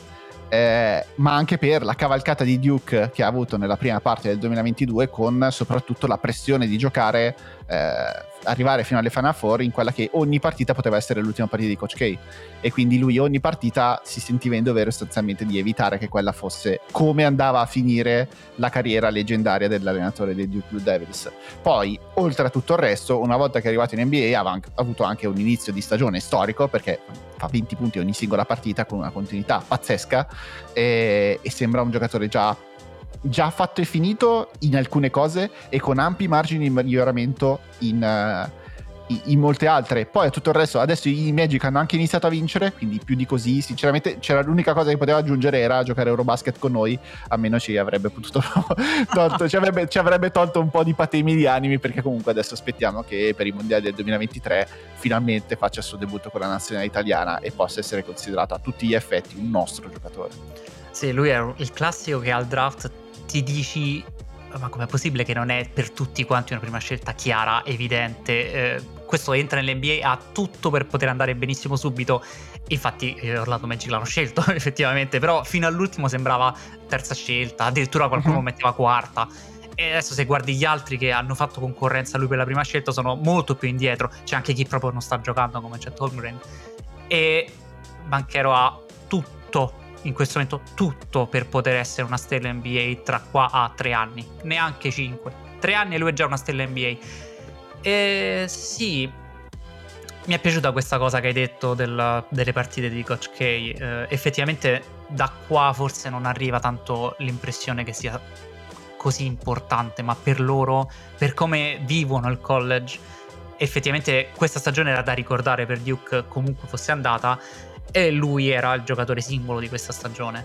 ma anche per la cavalcata di Duke che ha avuto nella prima parte del 2022, con soprattutto la pressione di giocare, arrivare fino alle Final Four in quella che ogni partita poteva essere l'ultima partita di Coach K, e quindi lui ogni partita si sentiva in dovere sostanzialmente di evitare che quella fosse come andava a finire la carriera leggendaria dell'allenatore dei Duke Blue Devils. Poi, oltre a tutto il resto, una volta che è arrivato in NBA ha avuto anche un inizio di stagione storico, perché fa 20 punti ogni singola partita con una continuità pazzesca, e sembra un giocatore già fatto e finito in alcune cose e con ampi margini di miglioramento in molte altre. Poi a tutto il resto, adesso i Magic hanno anche iniziato a vincere, quindi più di così sinceramente c'era l'unica cosa che poteva aggiungere era giocare Eurobasket con noi, almeno ci avrebbe potuto ci avrebbe tolto un po' di patemi di animi, perché comunque adesso aspettiamo che per i mondiali del 2023 finalmente faccia il suo debutto con la nazionale italiana e possa essere considerato a tutti gli effetti un nostro giocatore. Sì, lui è il classico che al draft ti dici: ma com'è possibile che non è per tutti quanti una prima scelta chiara, evidente? Questo entra nell'NBA, ha tutto per poter andare benissimo subito. Infatti Orlando Magic l'hanno scelto effettivamente, però fino all'ultimo sembrava terza scelta, addirittura qualcuno metteva quarta. E adesso se guardi gli altri che hanno fatto concorrenza a lui per la prima scelta sono molto più indietro. C'è anche chi proprio non sta giocando come Chet Holmgren, e Banchero ha tutto in questo momento, tutto per poter essere una stella NBA tra qua a 3 anni, neanche 5, 3 anni e lui è già una stella NBA. E sì, mi è piaciuta questa cosa che hai detto delle partite di Coach K. Effettivamente da qua forse non arriva tanto l'impressione che sia così importante, ma per loro, per come vivono il college, effettivamente questa stagione era da ricordare per Duke comunque fosse andata, e lui era il giocatore simbolo di questa stagione.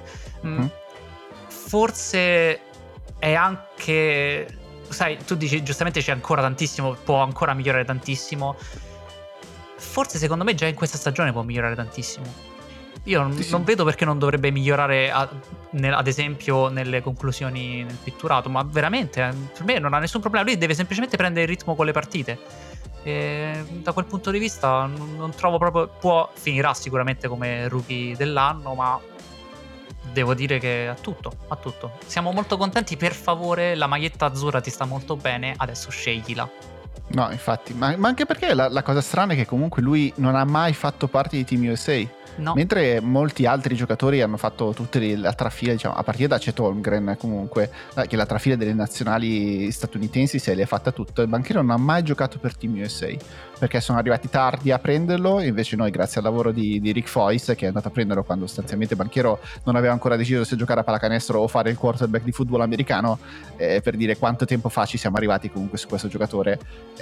Forse è anche, sai, tu dici giustamente c'è ancora tantissimo, può ancora migliorare tantissimo. Forse secondo me già in questa stagione può migliorare tantissimo. Io non vedo perché non dovrebbe migliorare ad esempio nelle conclusioni, nel pitturato, ma veramente per me non ha nessun problema. Lui deve semplicemente prendere il ritmo con le partite. E da quel punto di vista non trovo proprio, finirà sicuramente come rookie dell'anno, ma devo dire che ha tutto. Siamo molto contenti, per favore, la maglietta azzurra ti sta molto bene, adesso sceglila. No, infatti, ma anche perché la cosa strana è che comunque lui non ha mai fatto parte di Team USA. No. Mentre molti altri giocatori hanno fatto tutte la trafila, diciamo, a partire da Chet Holmgren comunque, che la trafila delle nazionali statunitensi se le ha fatta tutto. Il Banchero non ha mai giocato per Team USA perché sono arrivati tardi a prenderlo, e invece noi, grazie al lavoro di Rick Foyce, che è andato a prenderlo quando sostanzialmente Banchero non aveva ancora deciso se giocare a pallacanestro o fare il quarterback di football americano, per dire quanto tempo fa ci siamo arrivati comunque su questo giocatore,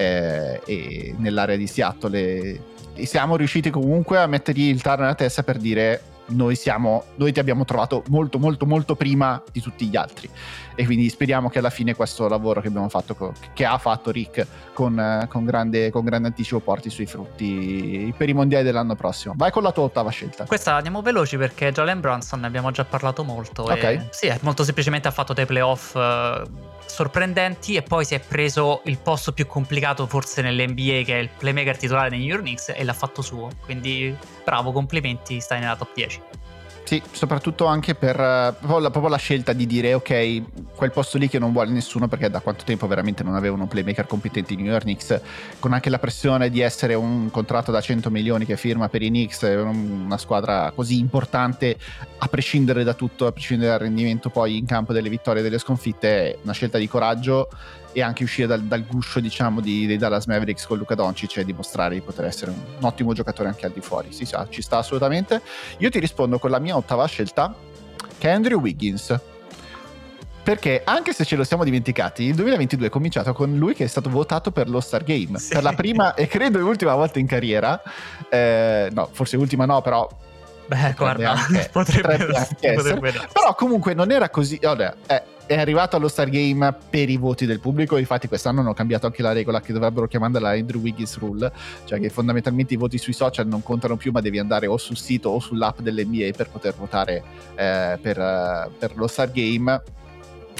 e nell'area di Seattle, e siamo riusciti comunque a mettergli il tarlo nella testa per dire noi ti abbiamo trovato molto molto molto prima di tutti gli altri, e quindi speriamo che alla fine questo lavoro che abbiamo fatto, che ha fatto Rick con grande anticipo, porti i suoi frutti per i mondiali dell'anno prossimo. Vai con la tua ottava scelta. Questa andiamo veloci perché Jalen Brunson ne abbiamo già parlato molto. Ok. Sì, molto semplicemente ha fatto dei playoff sorprendenti, e poi si è preso il posto più complicato forse nell'NBA, che è il playmaker titolare dei New York Knicks, e l'ha fatto suo. Quindi bravo, complimenti, stai nella top 10. Sì, soprattutto anche per proprio la scelta di dire ok, quel posto lì che non vuole nessuno, perché da quanto tempo veramente non avevano un playmaker competente i New York Knicks, con anche la pressione di essere un contratto da 100 milioni che firma per i Knicks, una squadra così importante, a prescindere da tutto, a prescindere dal rendimento poi in campo delle vittorie e delle sconfitte, è una scelta di coraggio, e anche uscire dal guscio, diciamo, dei Dallas Mavericks con Luka Doncic e dimostrare di poter essere un ottimo giocatore anche al di fuori. Sì, ci sta assolutamente. Io ti rispondo con la mia ottava scelta, che è Andrew Wiggins, perché anche se ce lo siamo dimenticati, il 2022 è cominciato con lui che è stato votato per l'All-Star Game, sì, per la prima e credo l'ultima volta in carriera, no, forse ultima no, però guarda, potrebbe essere. Però comunque non era così. È arrivato allo Star Game per i voti del pubblico. Infatti quest'anno hanno cambiato anche la regola, che dovrebbero chiamarla la Andrew Wiggins Rule, cioè che fondamentalmente i voti sui social non contano più, ma devi andare o sul sito o sull'app dell'NBA per poter votare per lo Star Game.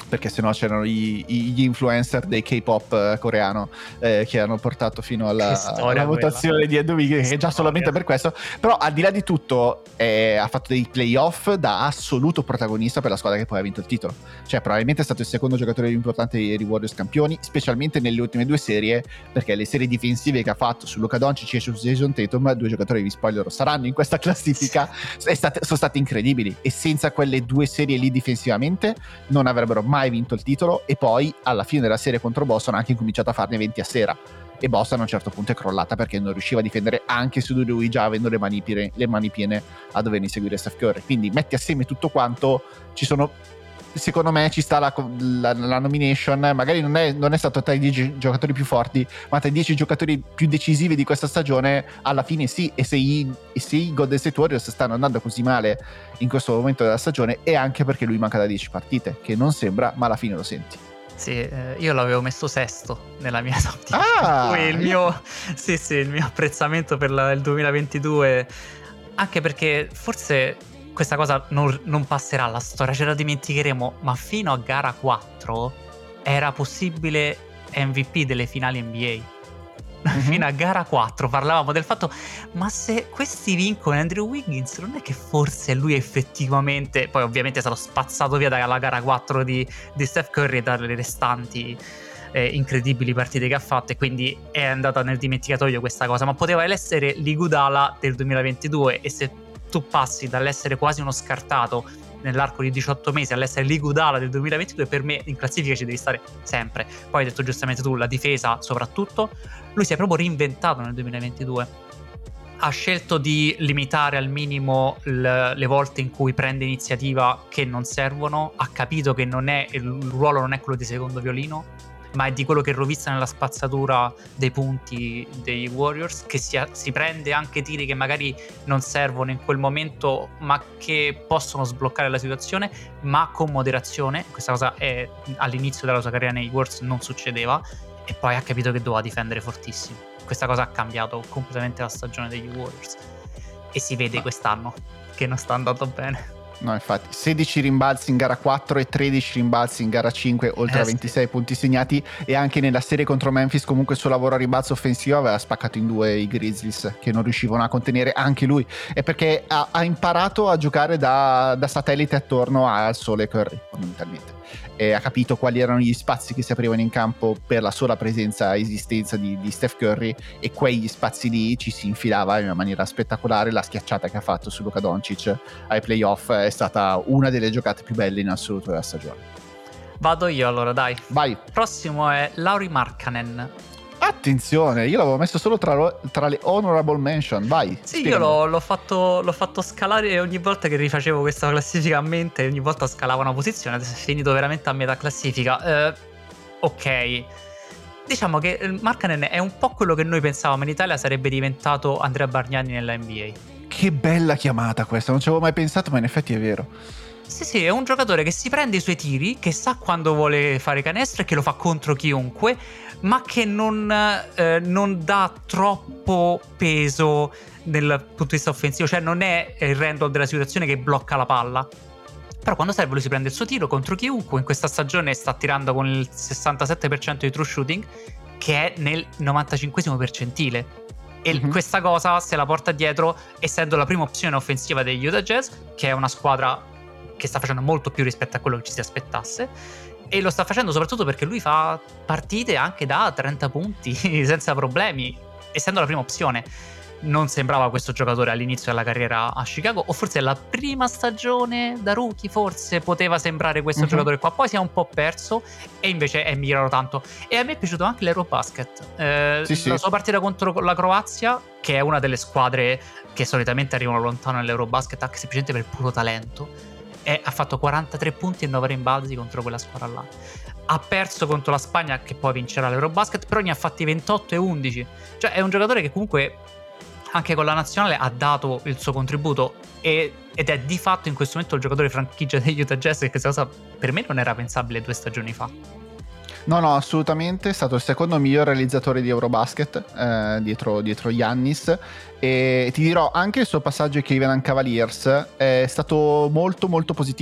perché sennò c'erano gli influencer dei K-pop coreano che hanno portato fino alla votazione di Endo Week, che già solamente per questo. Però al di là di tutto ha fatto dei playoff da assoluto protagonista per la squadra che poi ha vinto il titolo. Cioè probabilmente è stato il secondo giocatore più importante dei Warriors campioni, specialmente nelle ultime due serie, perché le serie difensive che ha fatto su Luka Doncic e su Jason Tatum, due giocatori, vi spoilerò, saranno in questa classifica, sono state incredibili, e senza quelle due serie lì difensivamente non avrebbero mai vinto il titolo. E poi alla fine della serie contro Boston ha anche incominciato a farne 20 a sera, e Boston a un certo punto è crollata perché non riusciva a difendere anche su lui, già avendo le mani piene a dover inseguire Steph Curry. Quindi metti assieme tutto quanto, secondo me ci sta la nomination. Magari non è stato tra i 10 giocatori più forti, ma tra i 10 giocatori più decisivi di questa stagione alla fine sì. E se i Golden State Warriors stanno andando così male in questo momento della stagione è anche perché lui manca da 10 partite, che non sembra, ma alla fine lo senti. Sì, io l'avevo messo sesto nella mia top 10. Il mio apprezzamento per il 2022, anche perché forse questa cosa non passerà alla storia, ce la dimenticheremo, ma fino a gara 4 era possibile MVP delle finali NBA. Fino a gara 4 parlavamo del fatto, ma se questi vincono Andrew Wiggins, non è che forse lui effettivamente, poi ovviamente è stato spazzato via dalla gara 4 di Steph Curry e dalle restanti incredibili partite che ha fatto, e quindi è andata nel dimenticatoio questa cosa, ma poteva essere l'Iguodala del 2022. E se tu passi dall'essere quasi uno scartato nell'arco di 18 mesi all'essere l'Iguodala del 2022, per me in classifica ci devi stare sempre. Poi hai detto giustamente tu, la difesa soprattutto, lui si è proprio reinventato nel 2022, ha scelto di limitare al minimo le volte in cui prende iniziativa che non servono, ha capito che il ruolo non è quello di secondo violino, ma è di quello che rovista nella spazzatura dei punti dei Warriors, che si prende anche tiri che magari non servono in quel momento ma che possono sbloccare la situazione, ma con moderazione. Questa cosa all'inizio della sua carriera nei Warriors non succedeva, e poi ha capito che doveva difendere fortissimo. Questa cosa ha cambiato completamente la stagione degli Warriors, e si vede quest'anno che non sta andando bene. No, infatti, 16 rimbalzi in gara 4 e 13 rimbalzi in gara 5, oltre a 26 punti segnati. E anche nella serie contro Memphis comunque il suo lavoro a rimbalzo offensivo aveva spaccato in due i Grizzlies, che non riuscivano a contenere anche lui. È perché ha imparato a giocare da satellite attorno al sole Curry, fondamentalmente. E ha capito quali erano gli spazi che si aprivano in campo per la sola presenza e esistenza di Steph Curry, e quegli spazi lì ci si infilava in una maniera spettacolare. La schiacciata che ha fatto su Luka Doncic ai playoff è stata una delle giocate più belle in assoluto della stagione. Vado io allora, dai. Vai. Prossimo è Lauri Markkanen. Attenzione, io l'avevo messo solo tra le honorable mention. Vai. Sì, spiegami. io l'ho fatto scalare, e ogni volta che rifacevo questa classifica a mente, ogni volta scalava una posizione. Adesso è finito veramente a metà classifica. Ok, diciamo che Markkanen è un po' quello che noi pensavamo in Italia sarebbe diventato Andrea Bargnani nella NBA. Che bella chiamata questa, non ci avevo mai pensato, ma in effetti è vero. Sì, è un giocatore che si prende i suoi tiri, che sa quando vuole fare canestro e che lo fa contro chiunque, ma che non dà troppo peso dal punto di vista offensivo. Cioè non è il Randall della situazione che blocca la palla, però quando serve lui si prende il suo tiro contro chiunque. In questa stagione sta tirando con il 67% di true shooting, che è nel 95esimo percentile. E questa cosa se la porta dietro, essendo la prima opzione offensiva degli Utah Jazz, che è una squadra che sta facendo molto più rispetto a quello che ci si aspettasse, e lo sta facendo soprattutto perché lui fa partite anche da 30 punti senza problemi, essendo la prima opzione. Non sembrava questo giocatore all'inizio della carriera a Chicago, o forse la prima stagione da rookie forse poteva sembrare questo giocatore qua, poi si è un po' perso e invece è migliorato tanto. E a me è piaciuto anche l'Eurobasket, la sua partita contro la Croazia, che è una delle squadre che solitamente arrivano lontano nell'Eurobasket anche semplicemente per puro talento, e ha fatto 43 punti e 9 rimbalzi contro quella squadra là. Ha perso contro la Spagna, che poi vincerà l'Eurobasket, però ne ha fatti 28 e 11. Cioè è un giocatore che comunque anche con la nazionale ha dato il suo contributo, ed è di fatto in questo momento il giocatore franchigia degli Utah Jazz, che questa cosa per me non era pensabile 2 stagioni fa. No, assolutamente, è stato il secondo miglior realizzatore di Eurobasket dietro Giannis, e ti dirò anche il suo passaggio ai Cleveland Cavaliers è stato molto molto positivo,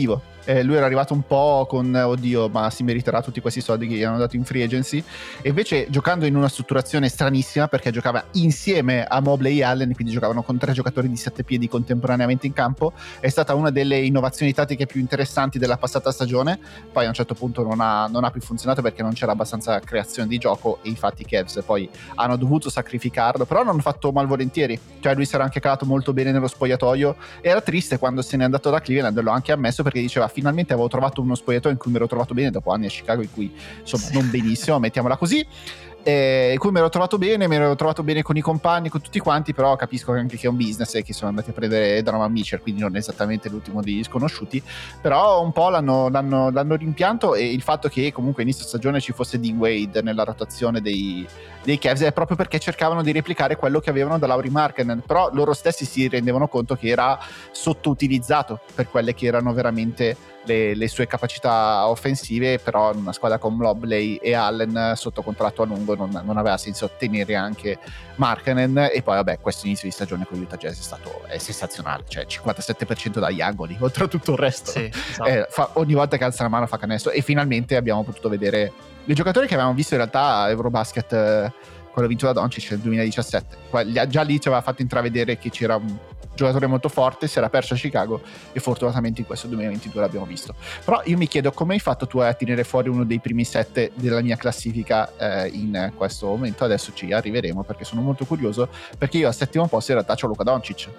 lui era arrivato un po' con oddio, ma si meriterà tutti questi soldi che gli hanno dato in free agency, e invece giocando in una strutturazione stranissima, perché giocava insieme a Mobley e Allen, quindi giocavano con 3 giocatori di 7 piedi contemporaneamente in campo, è stata una delle innovazioni tattiche più interessanti della passata stagione. Poi a un certo punto non ha più funzionato perché non c'era abbastanza creazione di gioco, e infatti i Cavs poi hanno dovuto sacrificarlo, però non hanno fatto malvolentieri, cioè lui si era anche calato molto bene nello spogliatoio. Era triste quando se n'è andato da Cleveland, l'ho anche ammesso, perché diceva finalmente avevo trovato uno spogliatoio in cui mi ero trovato bene dopo anni a Chicago in cui insomma non benissimo, mettiamola così, in cui mi ero trovato bene con i compagni, con tutti quanti, però capisco anche che è un business e che sono andati a prendere Donovan Mitchell, quindi non esattamente l'ultimo degli sconosciuti, però un po' l'hanno rimpianto, e il fatto che comunque inizio stagione ci fosse Dean Wade nella rotazione dei Cavs è proprio perché cercavano di replicare quello che avevano da Lauri Markkanen, però loro stessi si rendevano conto che era sottoutilizzato per quelle che erano veramente le sue capacità offensive, però in una squadra con Mobley e Allen sotto contratto a lungo non aveva senso tenere anche Markkanen. E poi vabbè, questo inizio di stagione con Utah Jazz è sensazionale, cioè 57% dagli angoli, oltre a tutto il resto. Sì, esatto. Ogni volta che alza la mano fa canestro, e finalmente abbiamo potuto vedere i giocatori che avevamo visto in realtà a Eurobasket quello vinto da Doncic nel 2017. Già lì ci aveva fatto intravedere che c'era un giocatore molto forte, si era perso a Chicago, e fortunatamente in questo 2022 l'abbiamo visto. Però io mi chiedo come hai fatto tu a tenere fuori uno dei primi 7 della mia classifica in questo momento. Adesso ci arriveremo perché sono molto curioso, perché io al 7° posto in realtà c'ho Luka Doncic.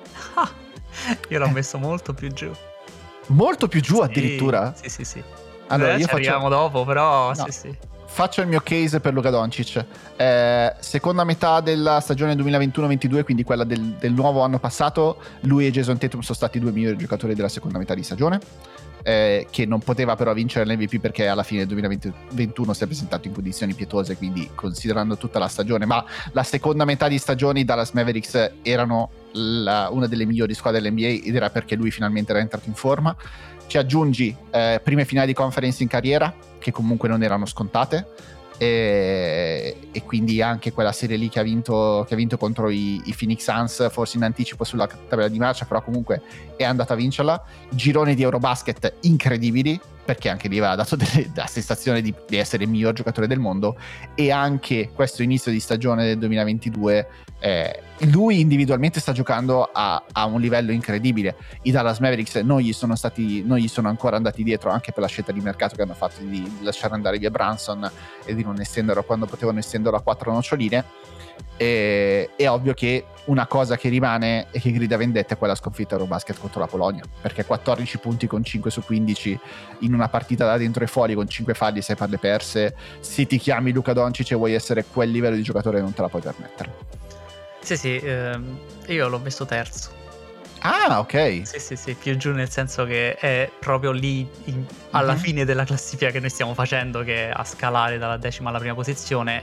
Io l'ho messo molto più giù. Molto più giù addirittura? Sì. Allora io arriviamo dopo, però no. sì. Faccio il mio case per Luka Doncic. Seconda metà della stagione 2021-22, quindi quella del nuovo anno passato, lui e Jason Tatum sono stati i 2 migliori giocatori della seconda metà di stagione, che non poteva però vincere l'MVP perché alla fine del 2021 si è presentato in condizioni pietose, quindi considerando tutta la stagione. Ma la seconda metà di stagione i Dallas Mavericks erano una delle migliori squadre dell'NBA, ed era perché lui finalmente era entrato in forma. Ci aggiungi prime finali di conference in carriera, che comunque non erano scontate, e quindi anche quella serie lì che ha vinto contro i Phoenix Suns, forse in anticipo sulla tabella di marcia, però comunque è andata a vincerla. Gironi di Eurobasket incredibili, perché anche lì aveva dato la sensazione di essere il miglior giocatore del mondo. E anche questo inizio di stagione del 2022, lui individualmente sta giocando a un livello incredibile. I Dallas Mavericks non gli sono ancora andati dietro, anche per la scelta di mercato che hanno fatto di lasciare andare via Brunson e di non estenderlo quando potevano estenderlo a 4 noccioline. È ovvio che una cosa che rimane e che grida vendetta è quella sconfitta Eurobasket contro la Polonia, perché 14 punti con 5 su 15 in una partita da dentro e fuori, con 5 falli e 6 palle perse. Se ti chiami Luka Doncic e vuoi essere quel livello di giocatore non te la puoi permettere. Sì, io l'ho messo terzo. Ah, ok. Sì, più giù, nel senso che è proprio lì alla fine della classifica che noi stiamo facendo, che è a scalare dalla 10ª alla prima posizione.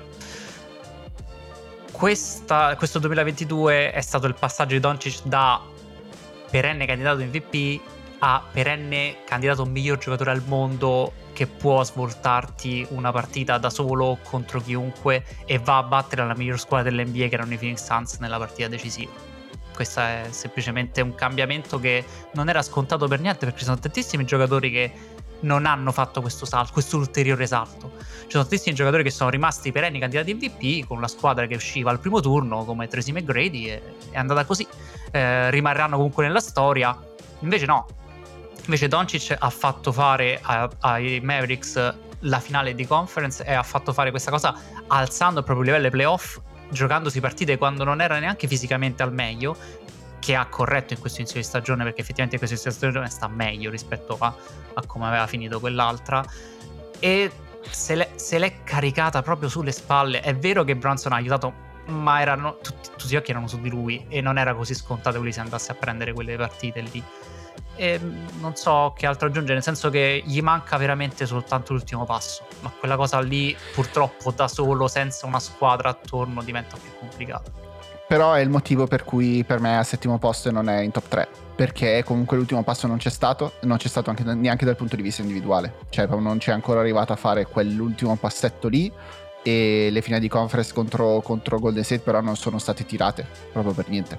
Questo 2022 è stato il passaggio di Doncic da perenne candidato MVP a perenne candidato miglior giocatore al mondo, che può svoltarti una partita da solo contro chiunque e va a battere la miglior squadra dell'NBA, che erano i Phoenix Suns, nella partita decisiva. Questo è semplicemente un cambiamento che non era scontato per niente, perché ci sono tantissimi giocatori che non hanno fatto questo salto, questo ulteriore salto. Ci sono tantissimi giocatori che sono rimasti perenni candidati MVP con la squadra che usciva al primo turno, come Tracy McGrady, e è andata così. Rimarranno comunque nella storia. Invece no. Invece Doncic ha fatto fare ai Mavericks la finale di conference, e ha fatto fare questa cosa alzando il proprio livello ai playoff, giocandosi partite quando non era neanche fisicamente al meglio, che ha corretto in questo inizio di stagione, perché effettivamente in questo inizio di stagione sta meglio rispetto a come aveva finito quell'altra, e se l'è caricata proprio sulle spalle. È vero che Brunson ha aiutato, ma tutti gli occhi erano su di lui, e non era così scontato che lui si andasse a prendere quelle partite lì. E non so che altro aggiungere, nel senso che gli manca veramente soltanto l'ultimo passo, ma quella cosa lì purtroppo da solo, senza una squadra attorno, diventa più complicata. Però è il motivo per cui per me è al 7° posto e non è in top 3, perché comunque l'ultimo passo non c'è stato anche neanche dal punto di vista individuale, cioè non c'è ancora arrivato a fare quell'ultimo passetto lì, e le finali di conference contro Golden State però non sono state tirate proprio per niente.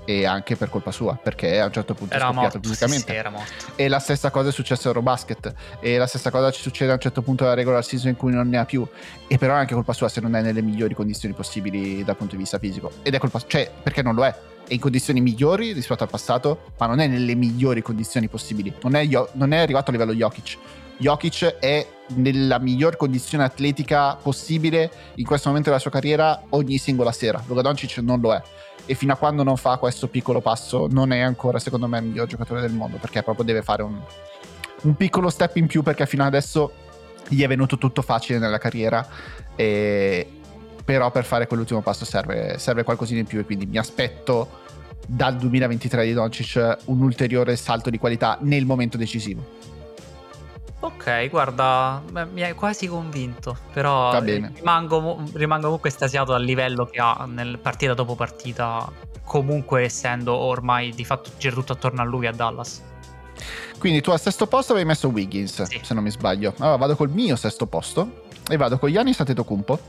e anche per colpa sua, perché a un certo punto è Era scoppiato morto, fisicamente. sì, era morto. E la stessa cosa è successa a Eurobasket, e la stessa cosa ci succede a un certo punto della regular season in cui non ne ha più, e però è anche colpa sua se non è nelle migliori condizioni possibili dal punto di vista fisico, ed è colpa, cioè, perché non lo è in condizioni migliori rispetto al passato, ma non è nelle migliori condizioni possibili, non è arrivato a livello Jokic è nella miglior condizione atletica possibile in questo momento della sua carriera ogni singola sera. Luka Doncic non lo è, e fino a quando non fa questo piccolo passo non è ancora, secondo me, il miglior giocatore del mondo, perché proprio deve fare un piccolo step in più, perché fino adesso gli è venuto tutto facile nella carriera, però per fare quell'ultimo passo serve qualcosina in più, e quindi mi aspetto dal 2023 di Doncic un ulteriore salto di qualità nel momento decisivo. Ok, guarda, mi hai quasi convinto, però Va bene. rimango comunque estasiato dal livello che ha nel partita dopo partita, comunque essendo ormai di fatto gira tutto attorno a lui a Dallas. Quindi tu al sesto posto avevi messo Wiggins, Sì. se non mi sbaglio. Allora vado col mio sesto posto e vado con Giannis Antetokounmpo,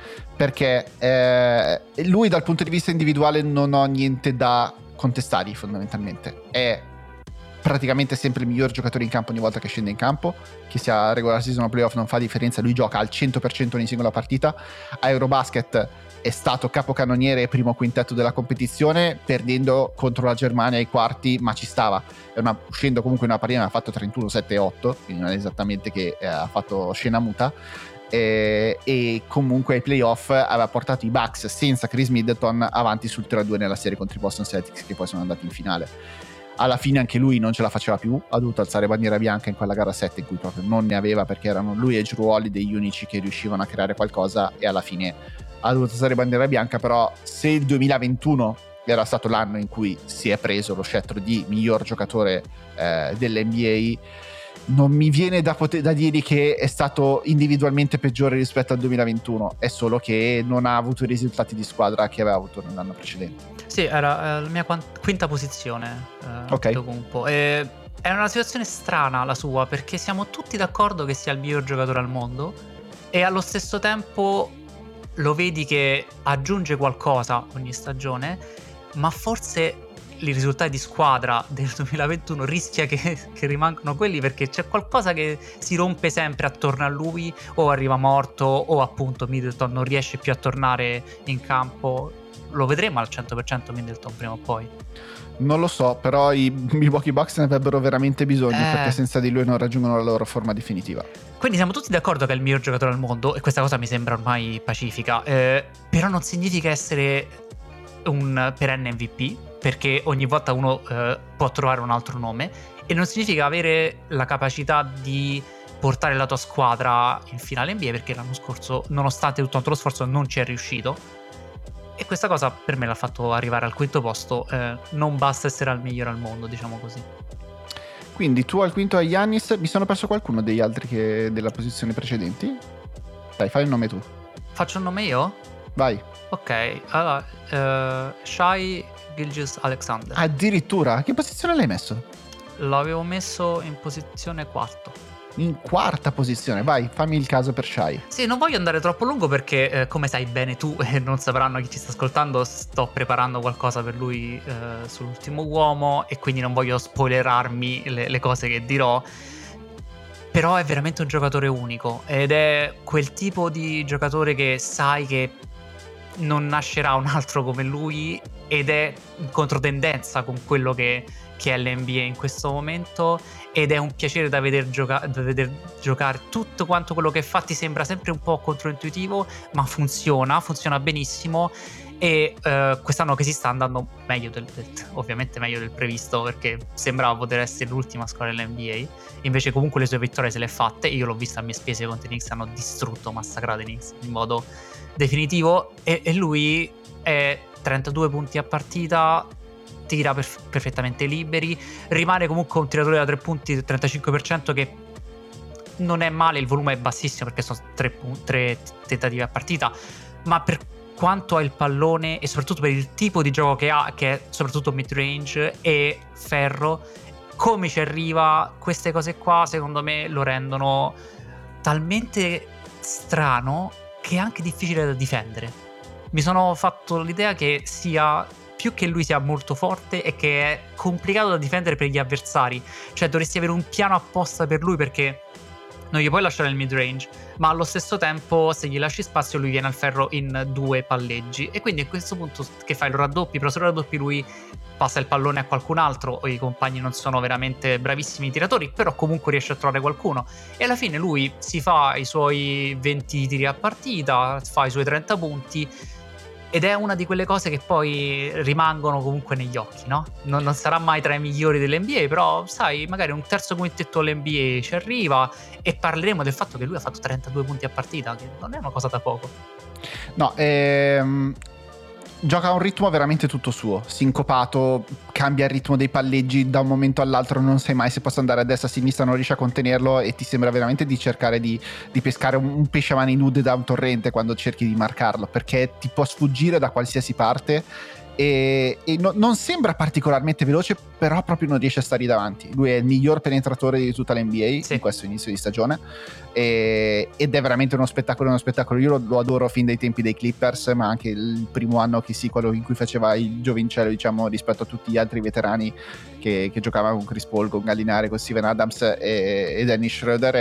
perché lui dal punto di vista individuale non ho niente da contestargli, fondamentalmente. È praticamente sempre il miglior giocatore in campo ogni volta che scende in campo, che sia regular season o playoff non fa differenza, lui gioca al 100% ogni singola partita. A Eurobasket è stato capocannoniere e primo quintetto della competizione, perdendo contro la Germania ai quarti, ma ci stava. Uscendo comunque in una partita ha fatto 31-7-8, quindi non è esattamente che ha fatto scena muta, e comunque ai playoff aveva portato i Bucks senza Chris Middleton avanti sul 3-2 nella serie contro i Boston Celtics, che poi sono andati in finale. Alla fine anche lui non ce la faceva più, ha dovuto alzare bandiera bianca in quella gara 7 in cui proprio non ne aveva, perché erano lui e Jrue Holiday gli unici che riuscivano a creare qualcosa, e alla fine ha dovuto alzare bandiera bianca. Però se il 2021 era stato l'anno in cui si è preso lo scettro di miglior giocatore dell'NBA, non mi viene da dirgli che è stato individualmente peggiore rispetto al 2021, è solo che non ha avuto i risultati di squadra che aveva avuto nell'anno precedente. Sì, era la mia quinta posizione. Ok. Antetokounmpo. È una situazione strana la sua, perché siamo tutti d'accordo che sia il miglior giocatore al mondo, e allo stesso tempo lo vedi che aggiunge qualcosa ogni stagione, ma forse i risultati di squadra del 2021 rischia che rimangano quelli, perché c'è qualcosa che si rompe sempre attorno a lui, o arriva morto, o appunto Middleton non riesce più a tornare in campo. Lo vedremo al 100% Middleton prima o poi. Non lo so, però i Milwaukee Bucks ne avrebbero veramente bisogno, perché senza di lui non raggiungono la loro forma definitiva. Quindi siamo tutti d'accordo che è il miglior giocatore al mondo, e questa cosa mi sembra ormai pacifica, però non significa essere un perenne MVP, perché ogni volta uno può trovare un altro nome, e non significa avere la capacità di portare la tua squadra in finale NBA, perché l'anno scorso, nonostante tutto lo sforzo, non ci è riuscito. E questa cosa per me l'ha fatto arrivare al quinto posto. Non basta essere al migliore al mondo, diciamo così. Quindi tu al quinto hai Giannis. Mi sono perso qualcuno degli altri che della posizione precedenti? Dai, fai il nome tu. Faccio un nome io? Vai. Ok, allora Shai Gilgeous-Alexander. Addirittura? Che posizione l'hai messo? L'avevo messo in posizione quarto. In quarta posizione. Vai, fammi il caso per Shai. Sì, non voglio andare troppo lungo perché, come sai bene tu e non sapranno chi ci sta ascoltando, sto preparando qualcosa per lui sull'ultimo uomo, e quindi non voglio spoilerarmi le cose che dirò. Però è veramente un giocatore unico, ed è quel tipo di giocatore che sai che non nascerà un altro come lui, ed è in controtendenza con quello che è l'NBA in questo momento, ed è un piacere da veder giocare. Tutto quanto quello che fa ti sembra sempre un po' controintuitivo, ma funziona benissimo, e quest'anno che si sta andando meglio ovviamente meglio del previsto, perché sembrava poter essere l'ultima squadra dell'NBA, invece comunque le sue vittorie se le ha fatte. Io l'ho vista a mie spese contro i Knicks, hanno distrutto, massacrato i Knicks in modo definitivo, e lui è 32 punti a partita, tira perfettamente liberi, rimane comunque un tiratore da 3 punti del 35%, che non è male. Il volume è bassissimo perché sono 3 tentative a partita, ma per quanto ha il pallone e soprattutto per il tipo di gioco che ha, che è soprattutto mid range e ferro, come ci arriva, queste cose qua secondo me lo rendono talmente strano che è anche difficile da difendere. Mi sono fatto l'idea che sia più che lui sia molto forte è che è complicato da difendere per gli avversari. Cioè dovresti avere un piano apposta per lui, perché non gli puoi lasciare il mid range, ma allo stesso tempo se gli lasci spazio lui viene al ferro in 2 palleggi, e quindi a questo punto che fai? Lo raddoppi, però se lo raddoppi lui passa il pallone a qualcun altro, o i compagni non sono veramente bravissimi tiratori, però comunque riesce a trovare qualcuno, e alla fine lui si fa i suoi 20 tiri a partita, fa i suoi 30 punti, ed è una di quelle cose che poi rimangono comunque negli occhi, no? Non sarà mai tra i migliori dell'NBA, però sai, magari un terzo quintetto all'NBA ci arriva, e parleremo del fatto che lui ha fatto 32 punti a partita, che non è una cosa da poco. No, gioca a un ritmo veramente tutto suo, sincopato, cambia il ritmo dei palleggi da un momento all'altro, non sai mai se possa andare a destra, a sinistra, non riesci a contenerlo, e ti sembra veramente di cercare di pescare un pesce a mani nude da un torrente quando cerchi di marcarlo, perché ti può sfuggire da qualsiasi parte, e non sembra particolarmente veloce, però proprio non riesce a stare davanti. Lui è il miglior penetratore di tutta l'NBA in questo inizio di stagione, ed è veramente uno spettacolo. Io lo adoro fin dai tempi dei Clippers, ma anche il primo anno quello in cui faceva il giovincello, diciamo, rispetto a tutti gli altri veterani che giocavano con Chris Paul, con Gallinari, con Steven Adams e Dennis Schroeder.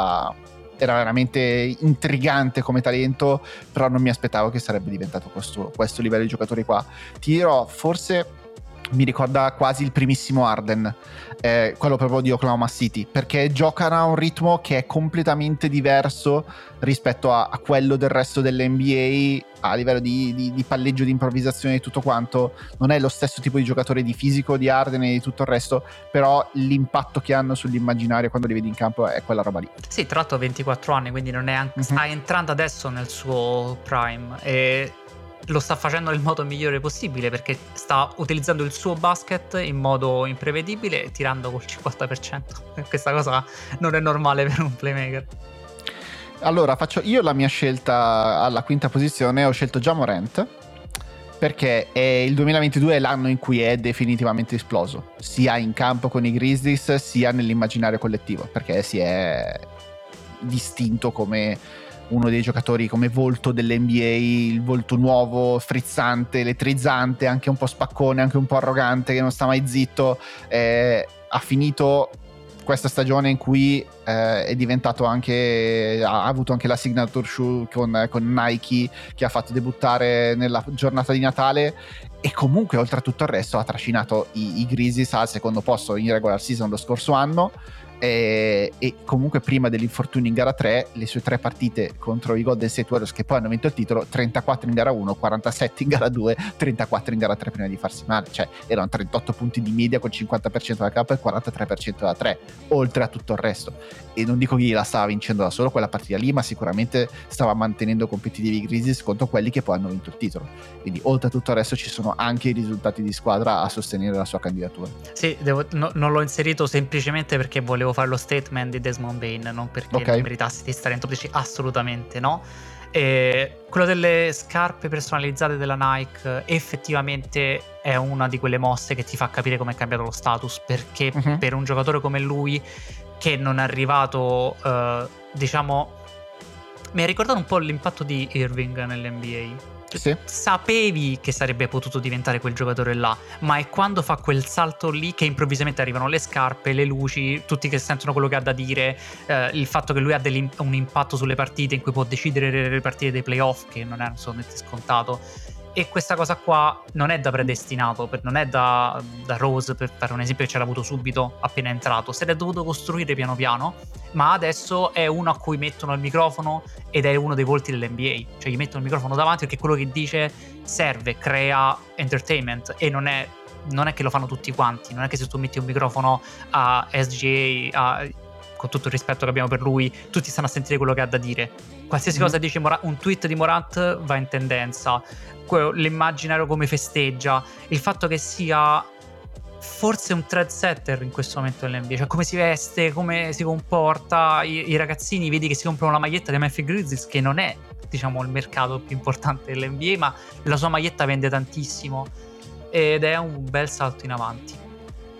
Era veramente intrigante come talento, però non mi aspettavo che sarebbe diventato questo livello di giocatore qua. Ti dirò, forse mi ricorda quasi il primissimo Harden, quello proprio di Oklahoma City, perché giocano a un ritmo che è completamente diverso rispetto a quello del resto dell'NBA a livello di palleggio, di improvvisazione e tutto quanto. Non è lo stesso tipo di giocatore di fisico di Harden e di tutto il resto, però l'impatto che hanno sull'immaginario quando li vedi in campo è quella roba lì. Sì, tra l'altro 24 anni, quindi non è anche, sta entrando adesso nel suo prime, e lo sta facendo nel modo migliore possibile, perché sta utilizzando il suo basket in modo imprevedibile, tirando col 50%. Questa cosa non è normale per un playmaker. Allora, faccio io la mia scelta alla quinta posizione. Ho scelto Ja Morant perché il 2022 è l'anno in cui è definitivamente esploso, sia in campo con i Grizzlies sia nell'immaginario collettivo, perché si è distinto come uno dei giocatori, come volto dell'NBA, il volto nuovo, frizzante, elettrizzante, anche un po' spaccone, anche un po' arrogante, che non sta mai zitto. Ha finito questa stagione in cui è diventato anche, ha avuto anche la signature shoe con Nike, che ha fatto debuttare nella giornata di Natale, e comunque oltre a tutto il resto ha trascinato i Grizzlies al secondo posto in regular season lo scorso anno. E comunque prima dell'infortunio in gara 3, le sue 3 partite contro i Golden State Warriors, che poi hanno vinto il titolo, 34 in gara 1, 47 in gara 2, 34 in gara 3 prima di farsi male. Cioè erano 38 punti di media con 50% da campo e 43% da 3, oltre a tutto il resto. E non dico che la stava vincendo da solo quella partita lì, ma sicuramente stava mantenendo competitivi i Grizzlies contro quelli che poi hanno vinto il titolo. Quindi oltre a tutto il resto ci sono anche i risultati di squadra a sostenere la sua candidatura. Sì, non l'ho inserito semplicemente perché volevo fare lo statement di Desmond Bane, non perché non meritassi di stare in top 10, assolutamente no. E quello delle scarpe personalizzate della Nike effettivamente è una di quelle mosse che ti fa capire come è cambiato lo status, perché per un giocatore come lui, che non è arrivato, diciamo, mi ha ricordato un po' l'impatto di Irving nell'NBA. Sì. Sapevi che sarebbe potuto diventare quel giocatore là, ma è quando fa quel salto lì che improvvisamente arrivano le scarpe, le luci, tutti che sentono quello che ha da dire, il fatto che lui ha un impatto sulle partite in cui può decidere le partite dei playoff, che non è assolutamente scontato. E questa cosa qua non è da predestinato, non è da Rose, per fare un esempio, che ce l'ha avuto subito appena entrato, se l'è dovuto costruire piano piano, ma adesso è uno a cui mettono il microfono ed è uno dei volti dell'NBA, cioè gli mettono il microfono davanti perché quello che dice serve, crea entertainment, e non è che lo fanno tutti quanti, non è che se tu metti un microfono a SGA, con tutto il rispetto che abbiamo per lui, tutti stanno a sentire quello che ha da dire. Qualsiasi cosa dice un tweet di Morant va in tendenza, l'immaginario come festeggia, il fatto che sia forse un trendsetter in questo momento nell'NBA, cioè come si veste, come si comporta, i ragazzini vedi che si comprano la maglietta dei Memphis Grizzlies, che non è, diciamo, il mercato più importante dell'NBA, ma la sua maglietta vende tantissimo ed è un bel salto in avanti.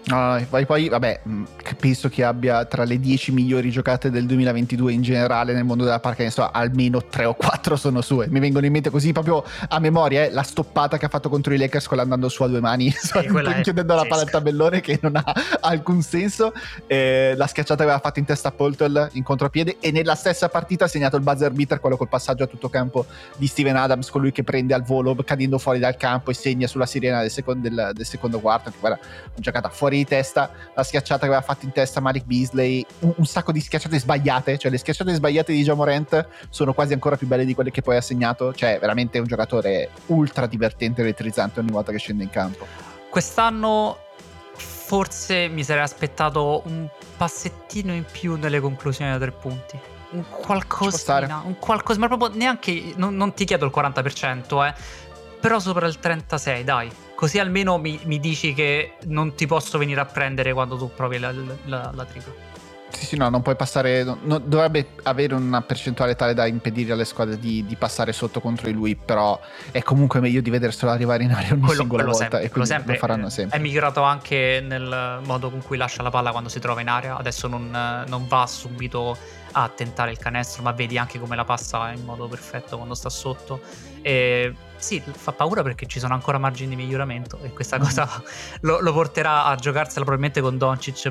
Poi vabbè, penso che abbia tra le 10 migliori giocate del 2022 in generale nel mondo della pallacanestro, almeno 3 o 4 sono sue. Mi vengono in mente così proprio a memoria, la stoppata che ha fatto contro i Lakers, quella andando su a due mani, chiudendo la palla al tabellone, che non ha alcun senso. La schiacciata che aveva fatto in testa a Poltel in contropiede, e nella stessa partita ha segnato il buzzer beater, quello col passaggio a tutto campo di Steven Adams, con lui che prende al volo cadendo fuori dal campo e segna sulla sirena del secondo quarto, che guarda, giocata fuori di testa. La schiacciata che aveva fatto in testa Malik Beasley, un sacco di schiacciate sbagliate, cioè le schiacciate sbagliate di Ja Morant sono quasi ancora più belle di quelle che poi ha segnato. Cioè veramente un giocatore ultra divertente e elettrizzante ogni volta che scende in campo. Quest'anno forse mi sarei aspettato un passettino in più nelle conclusioni da 3 punti, un qualcosina, ma proprio neanche, non ti chiedo il 40%, però sopra il 36, dai. Così almeno mi dici che non ti posso venire a prendere quando tu provi la tripla. Sì, no, non puoi passare. Dovrebbe avere una percentuale tale da impedire alle squadre di passare sotto contro di lui, però è comunque meglio di vederselo arrivare in aria ogni singola volta, sempre, e quindi sempre, lo faranno sempre. È migliorato anche nel modo con cui lascia la palla quando si trova in area. Adesso non va subito a tentare il canestro, ma vedi anche come la passa in modo perfetto quando sta sotto. E sì, fa paura perché ci sono ancora margini di miglioramento, e questa cosa lo porterà a giocarsela probabilmente con Doncic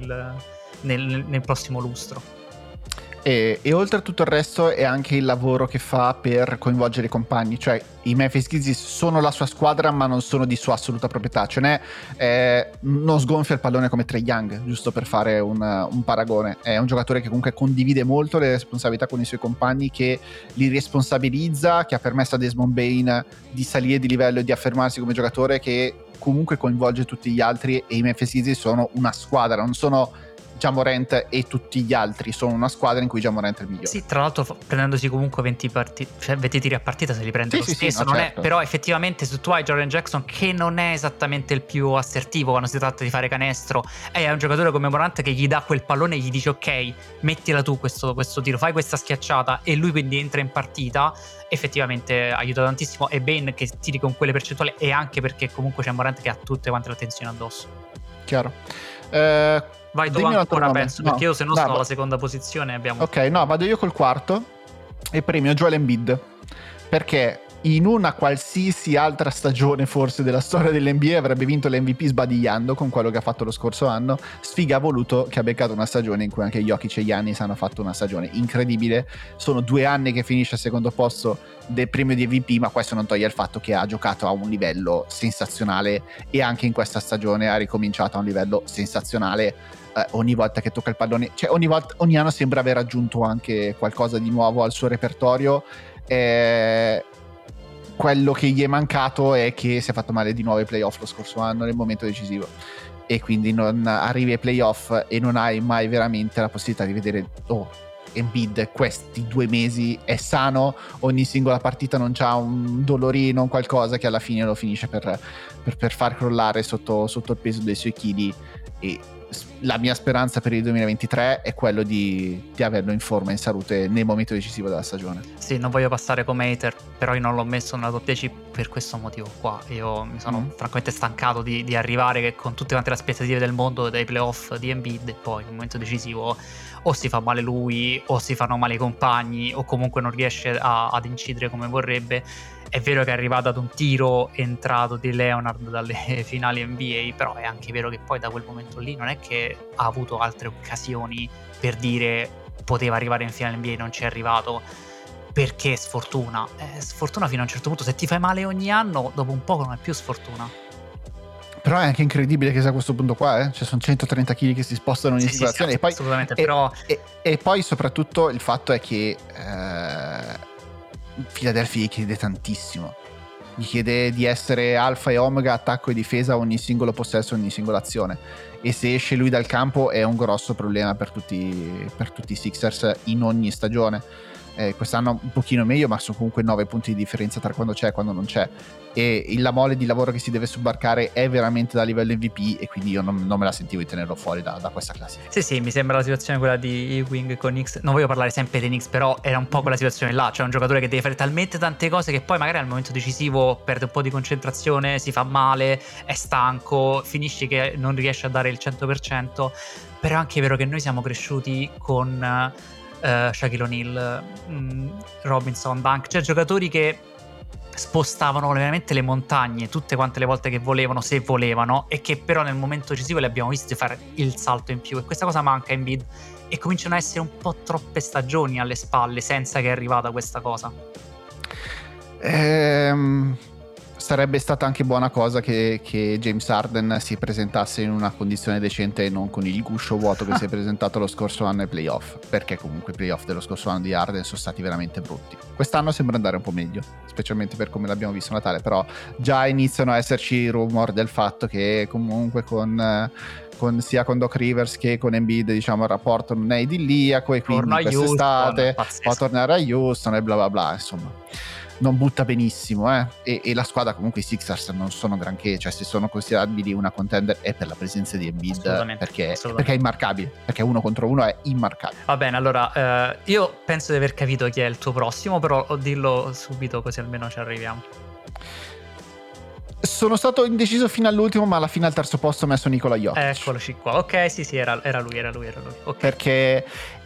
nel prossimo lustro. E oltre a tutto il resto è anche il lavoro che fa per coinvolgere i compagni. Cioè i Memphis Grizzlies sono la sua squadra, ma non sono di sua assoluta proprietà. Cioè non sgonfia il pallone come Trae Young, giusto per fare un paragone. È un giocatore che comunque condivide molto le responsabilità con i suoi compagni, che li responsabilizza, che ha permesso a Desmond Bane di salire di livello e di affermarsi come giocatore, che comunque coinvolge tutti gli altri. E i Memphis Grizzlies sono una squadra, non sono Ja Morant e tutti gli altri, sono una squadra in cui Ja Morant è il migliore. Sì, tra l'altro prendendosi comunque 20 tiri a partita se li prende lo stesso, no, certo. Però effettivamente se tu hai Jaren Jackson, che non è esattamente il più assertivo quando si tratta di fare canestro, e è un giocatore come Morant che gli dà quel pallone e gli dice ok, mettila tu questo tiro, fai questa schiacciata, e lui quindi entra in partita, effettivamente aiuta tantissimo. E Bane che tiri con quelle percentuali, e anche perché comunque c'è Morant che ha tutte quante l'attenzione addosso. Chiaro. Vai tu ancora, penso, perché io se no sono alla seconda posizione. Ok, no, vado io col quarto e premio Joel Embiid, perché in una qualsiasi altra stagione forse della storia dell'NBA avrebbe vinto l'MVP sbadigliando con quello che ha fatto lo scorso anno. Sfiga ha voluto che ha beccato una stagione in cui anche Jokic e Giannis hanno fatto una stagione incredibile. Sono 2 anni che finisce al secondo posto del premio di MVP, ma questo non toglie il fatto che ha giocato a un livello sensazionale, e anche in questa stagione ha ricominciato a un livello sensazionale. Ogni volta che tocca il pallone, cioè ogni anno sembra aver aggiunto anche qualcosa di nuovo al suo repertorio. Quello che gli è mancato è che si è fatto male di nuovo ai playoff lo scorso anno nel momento decisivo, e quindi non arrivi ai playoff e non hai mai veramente la possibilità di vedere Embiid questi 2 mesi è sano, ogni singola partita non c'ha un dolorino, un qualcosa che alla fine lo finisce per far crollare sotto il peso dei suoi chili. E la mia speranza per il 2023 è quello di averlo in forma, in salute nel momento decisivo della stagione. Sì, non voglio passare come hater, però io non l'ho messo nella top 10 per questo motivo qua. Io mi sono francamente stancato di arrivare che con tutte quante le aspettative del mondo dai playoff di Embiid, e poi nel momento decisivo o si fa male lui, o si fanno male i compagni, o comunque non riesce ad incidere come vorrebbe. È vero che è arrivato ad un tiro entrato di Leonard dalle finali NBA, però è anche vero che poi da quel momento lì non è che ha avuto altre occasioni per dire poteva arrivare in finale NBA, non ci è arrivato perché sfortuna. Sfortuna fino a un certo punto. Se ti fai male ogni anno, dopo un po' non è più sfortuna. Però è anche incredibile che sia a questo punto qua, Cioè sono 130 kg che si spostano ogni situazione. Sì, e poi, assolutamente, però... e poi soprattutto il fatto è che Philadelphia gli chiede tantissimo. Gli chiede di essere alfa e omega, attacco e difesa, ogni singolo possesso, ogni singola azione. E se esce lui dal campo è un grosso problema per tutti i Sixers in ogni stagione. quest'anno un pochino meglio, ma sono comunque 9 punti di differenza tra quando c'è e quando non c'è, e la mole di lavoro che si deve subbarcare è veramente da livello MVP, e quindi io non me la sentivo di tenerlo fuori da questa classifica. Sì, mi sembra la situazione quella di Ewing con Knicks. Non voglio parlare sempre dei Knicks, però era un po' quella situazione là, cioè un giocatore che deve fare talmente tante cose che poi magari al momento decisivo perde un po' di concentrazione, si fa male, è stanco, finisce che non riesce a dare il 100%. Però è anche vero che noi siamo cresciuti con Shaquille O'Neal, Robinson, Dunk, cioè giocatori che spostavano veramente le montagne tutte quante le volte che volevano, se volevano, e che però nel momento decisivo li abbiamo visti fare il salto in più, e questa cosa manca a Embiid, e cominciano a essere un po' troppe stagioni alle spalle senza che è arrivata questa cosa. Sarebbe stata anche buona cosa che James Harden si presentasse in una condizione decente e non con il guscio vuoto che si è presentato lo scorso anno ai playoff, perché comunque i playoff dello scorso anno di Harden sono stati veramente brutti. Quest'anno sembra andare un po' meglio, specialmente per come l'abbiamo visto a Natale, però già iniziano a esserci rumor del fatto che comunque sia con Doc Rivers che con Embiid, diciamo, il rapporto non è idilliaco, e quindi quest'estate può tornare a Houston e bla bla bla, insomma. Non butta benissimo, e la squadra, comunque i Sixers non sono granché, cioè se sono considerabili una contender è per la presenza di Embiid, perché è immarcabile, perché 1 contro 1 è immarcabile. Va bene, allora io penso di aver capito chi è il tuo prossimo, però dillo subito così almeno ci arriviamo. Sono stato indeciso fino all'ultimo, ma alla fine al terzo posto ho messo Nikola Jokic. Eccoloci qua, ok, sì, era lui. Okay. Perché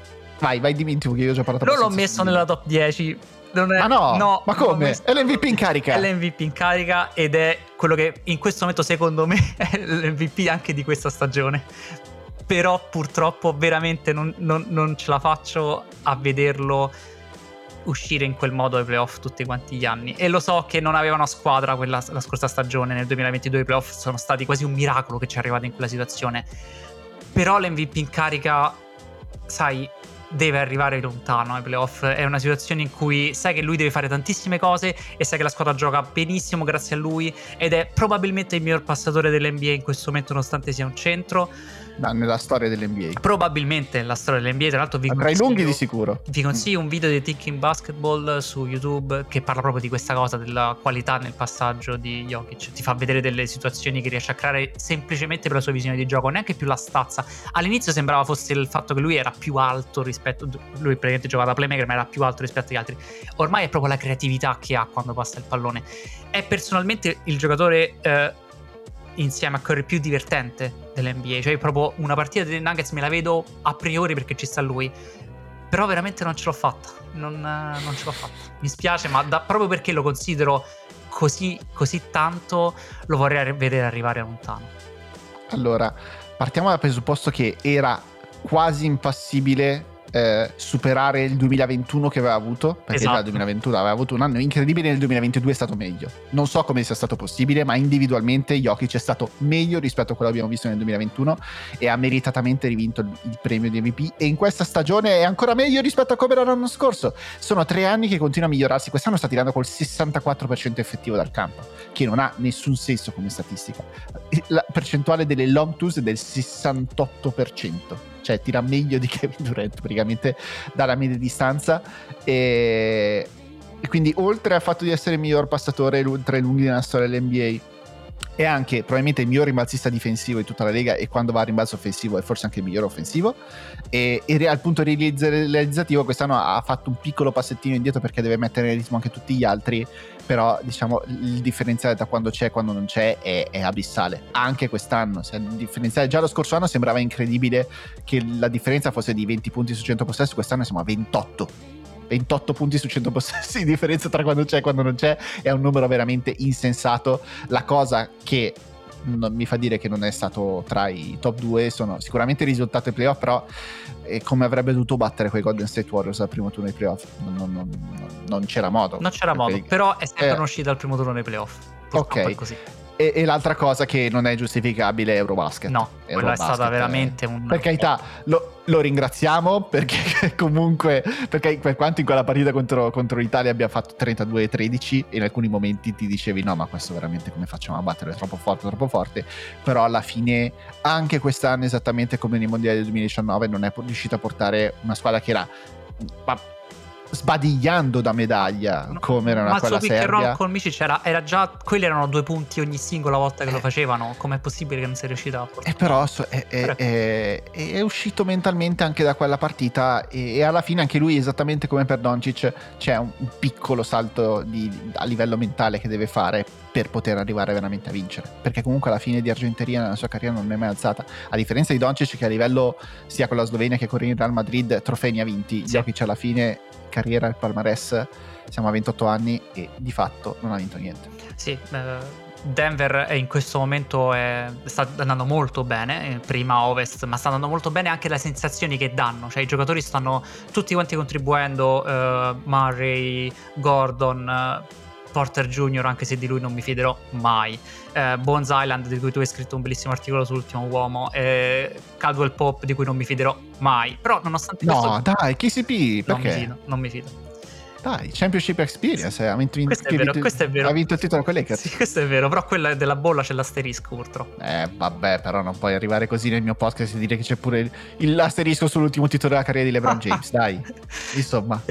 vai dimmi tu, che io ho già parlato. Non l'ho messo nella top 10. Non è, no, ma come? È l'MVP in carica. È l'MVP in carica, ed è quello che in questo momento secondo me è l'MVP anche di questa stagione. Però purtroppo veramente non ce la faccio a vederlo uscire in quel modo ai playoff tutti quanti gli anni. E lo so che non aveva una squadra la scorsa stagione, nel 2022 i playoff sono stati quasi un miracolo che ci è arrivato in quella situazione. Però l'MVP in carica, sai, deve arrivare lontano ai playoff. È una situazione in cui sai che lui deve fare tantissime cose e sai che la squadra gioca benissimo grazie a lui, ed è probabilmente il miglior passatore dell'NBA in questo momento, nonostante sia un centro. Nella storia dell'NBA, probabilmente nella storia dell'NBA. Tra l'altro tra i lunghi di sicuro. Vi consiglio un video di Thinking Basketball su YouTube che parla proprio di questa cosa, della qualità nel passaggio di Jokic. Ti fa vedere delle situazioni che riesce a creare semplicemente per la sua visione di gioco, neanche più la stazza. All'inizio sembrava fosse il fatto che lui era più alto rispetto, lui praticamente giocava da playmaker ma era più alto rispetto agli altri. Ormai è proprio la creatività che ha quando passa il pallone. È personalmente il giocatore insieme a Curry più divertente dell'NBA, cioè proprio una partita dei Nuggets me la vedo a priori perché ci sta lui, però veramente non ce l'ho fatta, non ce l'ho fatta, mi spiace, ma proprio perché lo considero così tanto lo vorrei vedere arrivare lontano. Allora, partiamo dal presupposto che era quasi impassibile superare il 2021 che aveva avuto, perché già il 2021 aveva avuto un anno incredibile, nel 2022 è stato meglio. Non so come sia stato possibile, ma individualmente Jokic è stato meglio rispetto a quello che abbiamo visto nel 2021 e ha meritatamente rivinto il premio di MVP, e in questa stagione è ancora meglio rispetto a come era l'anno scorso. Sono 3 anni che continua a migliorarsi. Quest'anno sta tirando col 64% effettivo dal campo, che non ha nessun senso come statistica. La percentuale delle long twos è del 68%, cioè tira meglio di Kevin Durant praticamente dalla media distanza, e quindi oltre al fatto di essere il miglior passatore tra i lunghi nella storia dell'NBA, è anche probabilmente il miglior rimbalzista difensivo di tutta la lega, e quando va a rimbalzo offensivo è forse anche il migliore offensivo, e al punto realizzativo quest'anno ha fatto un piccolo passettino indietro perché deve mettere in ritmo anche tutti gli altri, però diciamo il differenziale tra quando c'è e quando non c'è è abissale. Anche quest'anno, se il differenziale già lo scorso anno sembrava incredibile che la differenza fosse di 20 punti su 100 possessi, quest'anno siamo a 28 punti su 100 possessi di differenza tra quando c'è e quando non c'è. È un numero veramente insensato. La cosa che non mi fa dire che non è stato tra i top 2 sono sicuramente i risultati ai playoff, però come avrebbe dovuto battere quei Golden State Warriors al primo turno dei playoff, non c'era modo. Non c'era modo, però è sempre uscita al primo turno dei playoff. Ok, è così. E l'altra cosa che non è giustificabile è Eurobasket. No, quella è stata veramente un... Per carità, lo ringraziamo, perché comunque, perché per quanto in quella partita contro l'Italia abbia fatto 32-13, in alcuni momenti ti dicevi no, ma questo veramente come facciamo a battere, è troppo forte, però alla fine anche quest'anno, esattamente come nei mondiali del 2019, non è riuscito a portare una squadra che era sbadigliando da medaglia come era ma il quella suo pick and roll Serbia. con Micic era già, quelli erano 2 punti ogni singola volta che lo facevano. Com'è possibile che non sia riuscito a portare? Però è uscito mentalmente anche da quella partita e alla fine anche lui, esattamente come per Doncic, c'è un piccolo salto a livello mentale che deve fare per poter arrivare veramente a vincere, perché comunque alla fine di Argenteria nella sua carriera non è mai alzata, a differenza di Doncic che a livello sia con la Slovenia che con il Real Madrid trofei ne ha vinti. Sì. Jokic alla fine carriera e palmarès, siamo a 28 anni e di fatto non ha vinto niente. Sì, Denver in questo momento sta andando molto bene, prima Ovest, ma sta andando molto bene anche le sensazioni che danno, cioè i giocatori stanno tutti quanti contribuendo, Murray, Gordon, Porter Jr., anche se di lui non mi fiderò mai, Bones Island, di cui tu hai scritto un bellissimo articolo sull'ultimo uomo, Caldwell Pope, di cui non mi fiderò mai, però nonostante questo Dai, KCP, perché? non mi fido. Dai, Championship Experience, ha vinto Questo è vero. Ha vinto il titolo con Lakers. Sì, questo è vero, però quella della bolla c'è l'asterisco purtroppo. Vabbè, però non puoi arrivare così nel mio podcast e dire che c'è pure l'asterisco sull'ultimo titolo della carriera di LeBron James, dai, insomma.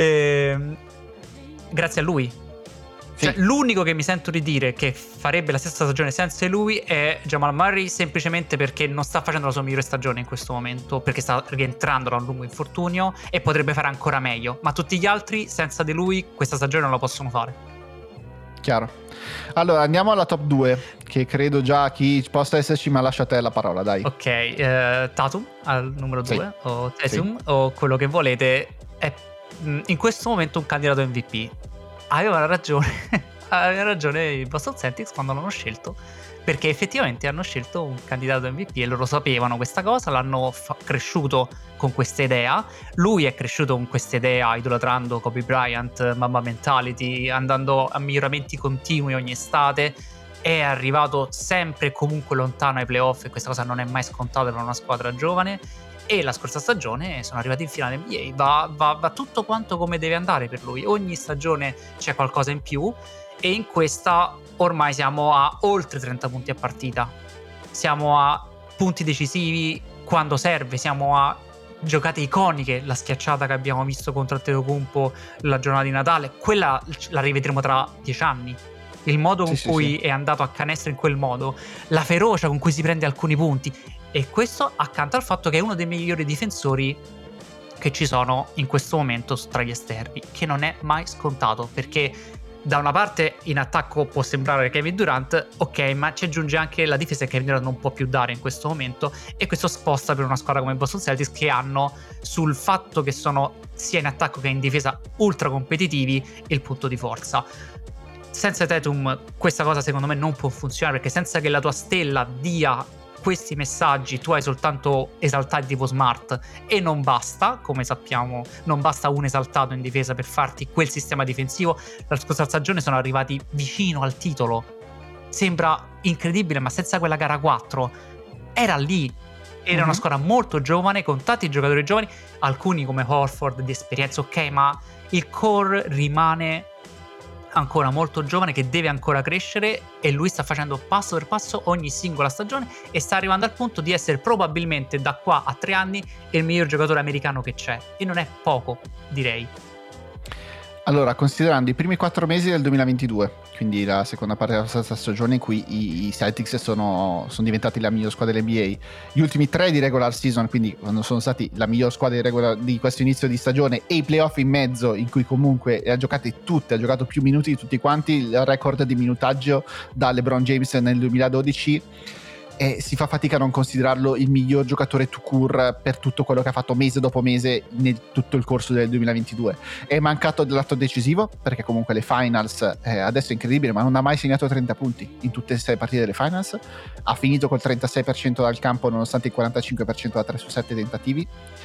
Grazie a lui. Sì. Cioè, l'unico che mi sento di dire che farebbe la stessa stagione senza lui è Jamal Murray, semplicemente perché non sta facendo la sua migliore stagione in questo momento, perché sta rientrando da un lungo infortunio e potrebbe fare ancora meglio, ma tutti gli altri senza di lui questa stagione non la possono fare. Chiaro. Allora andiamo alla top 2, che credo già chi possa esserci, ma lascia a te la parola, dai. Ok, Tatum al numero 2, Sì. o Tatum, o quello che volete, è in questo momento un candidato MVP. Aveva ragione i Boston Celtics quando l'hanno scelto, perché effettivamente hanno scelto un candidato MVP e loro sapevano questa cosa, l'hanno cresciuto con questa idea. Lui è cresciuto con questa idea idolatrando Kobe Bryant, Mamba Mentality, andando a miglioramenti continui ogni estate, è arrivato sempre e comunque lontano ai playoff e questa cosa non è mai scontata per una squadra giovane. E la scorsa stagione sono arrivati in finale NBA, va tutto quanto come deve andare per lui, ogni stagione c'è qualcosa in più e in questa ormai siamo a oltre 30 punti a partita, siamo a punti decisivi quando serve, siamo a giocate iconiche, la schiacciata che abbiamo visto contro Antetokounmpo la giornata di Natale, quella la rivedremo tra 10 anni. Il modo con cui è andato a canestro in quel modo, la ferocia con cui si prende alcuni punti, e questo accanto al fatto che è uno dei migliori difensori che ci sono in questo momento tra gli esterni, che non è mai scontato, perché da una parte in attacco può sembrare Kevin Durant, ok, ma ci aggiunge anche la difesa che Kevin Durant non può più dare in questo momento, e questo sposta per una squadra come Boston Celtics, che hanno sul fatto che sono sia in attacco che in difesa ultra competitivi il punto di forza. Senza Tatum questa cosa secondo me non può funzionare, perché senza che la tua stella dia questi messaggi tu hai soltanto esaltati tipo Smart e non basta, come sappiamo non basta un esaltato in difesa per farti quel sistema difensivo. La scorsa stagione sono arrivati vicino al titolo, sembra incredibile, ma senza quella gara 4 era lì, era una squadra molto giovane con tanti giocatori giovani, alcuni come Horford di esperienza, ok, ma il core rimane ancora molto giovane che deve ancora crescere, e lui sta facendo passo per passo ogni singola stagione e sta arrivando al punto di essere probabilmente da qua a 3 anni il miglior giocatore americano che c'è, e non è poco, direi. Allora, considerando i primi 4 mesi del 2022, quindi la seconda parte della stessa stagione in cui i Celtics sono diventati la miglior squadra dell'NBA, gli ultimi 3 di regular season, quindi quando sono stati la miglior squadra di questo inizio di stagione, e i playoff in mezzo in cui comunque ha giocato più minuti di tutti quanti, il record di minutaggio da LeBron James nel 2012, e si fa fatica a non considerarlo il miglior giocatore tout court per tutto quello che ha fatto mese dopo mese nel tutto il corso del 2022. È mancato dell'atto decisivo, perché comunque le finals adesso è incredibile, ma non ha mai segnato 30 punti in tutte le 6 partite delle finals, ha finito col 36% dal campo nonostante il 45% da 3 su 7 tentativi,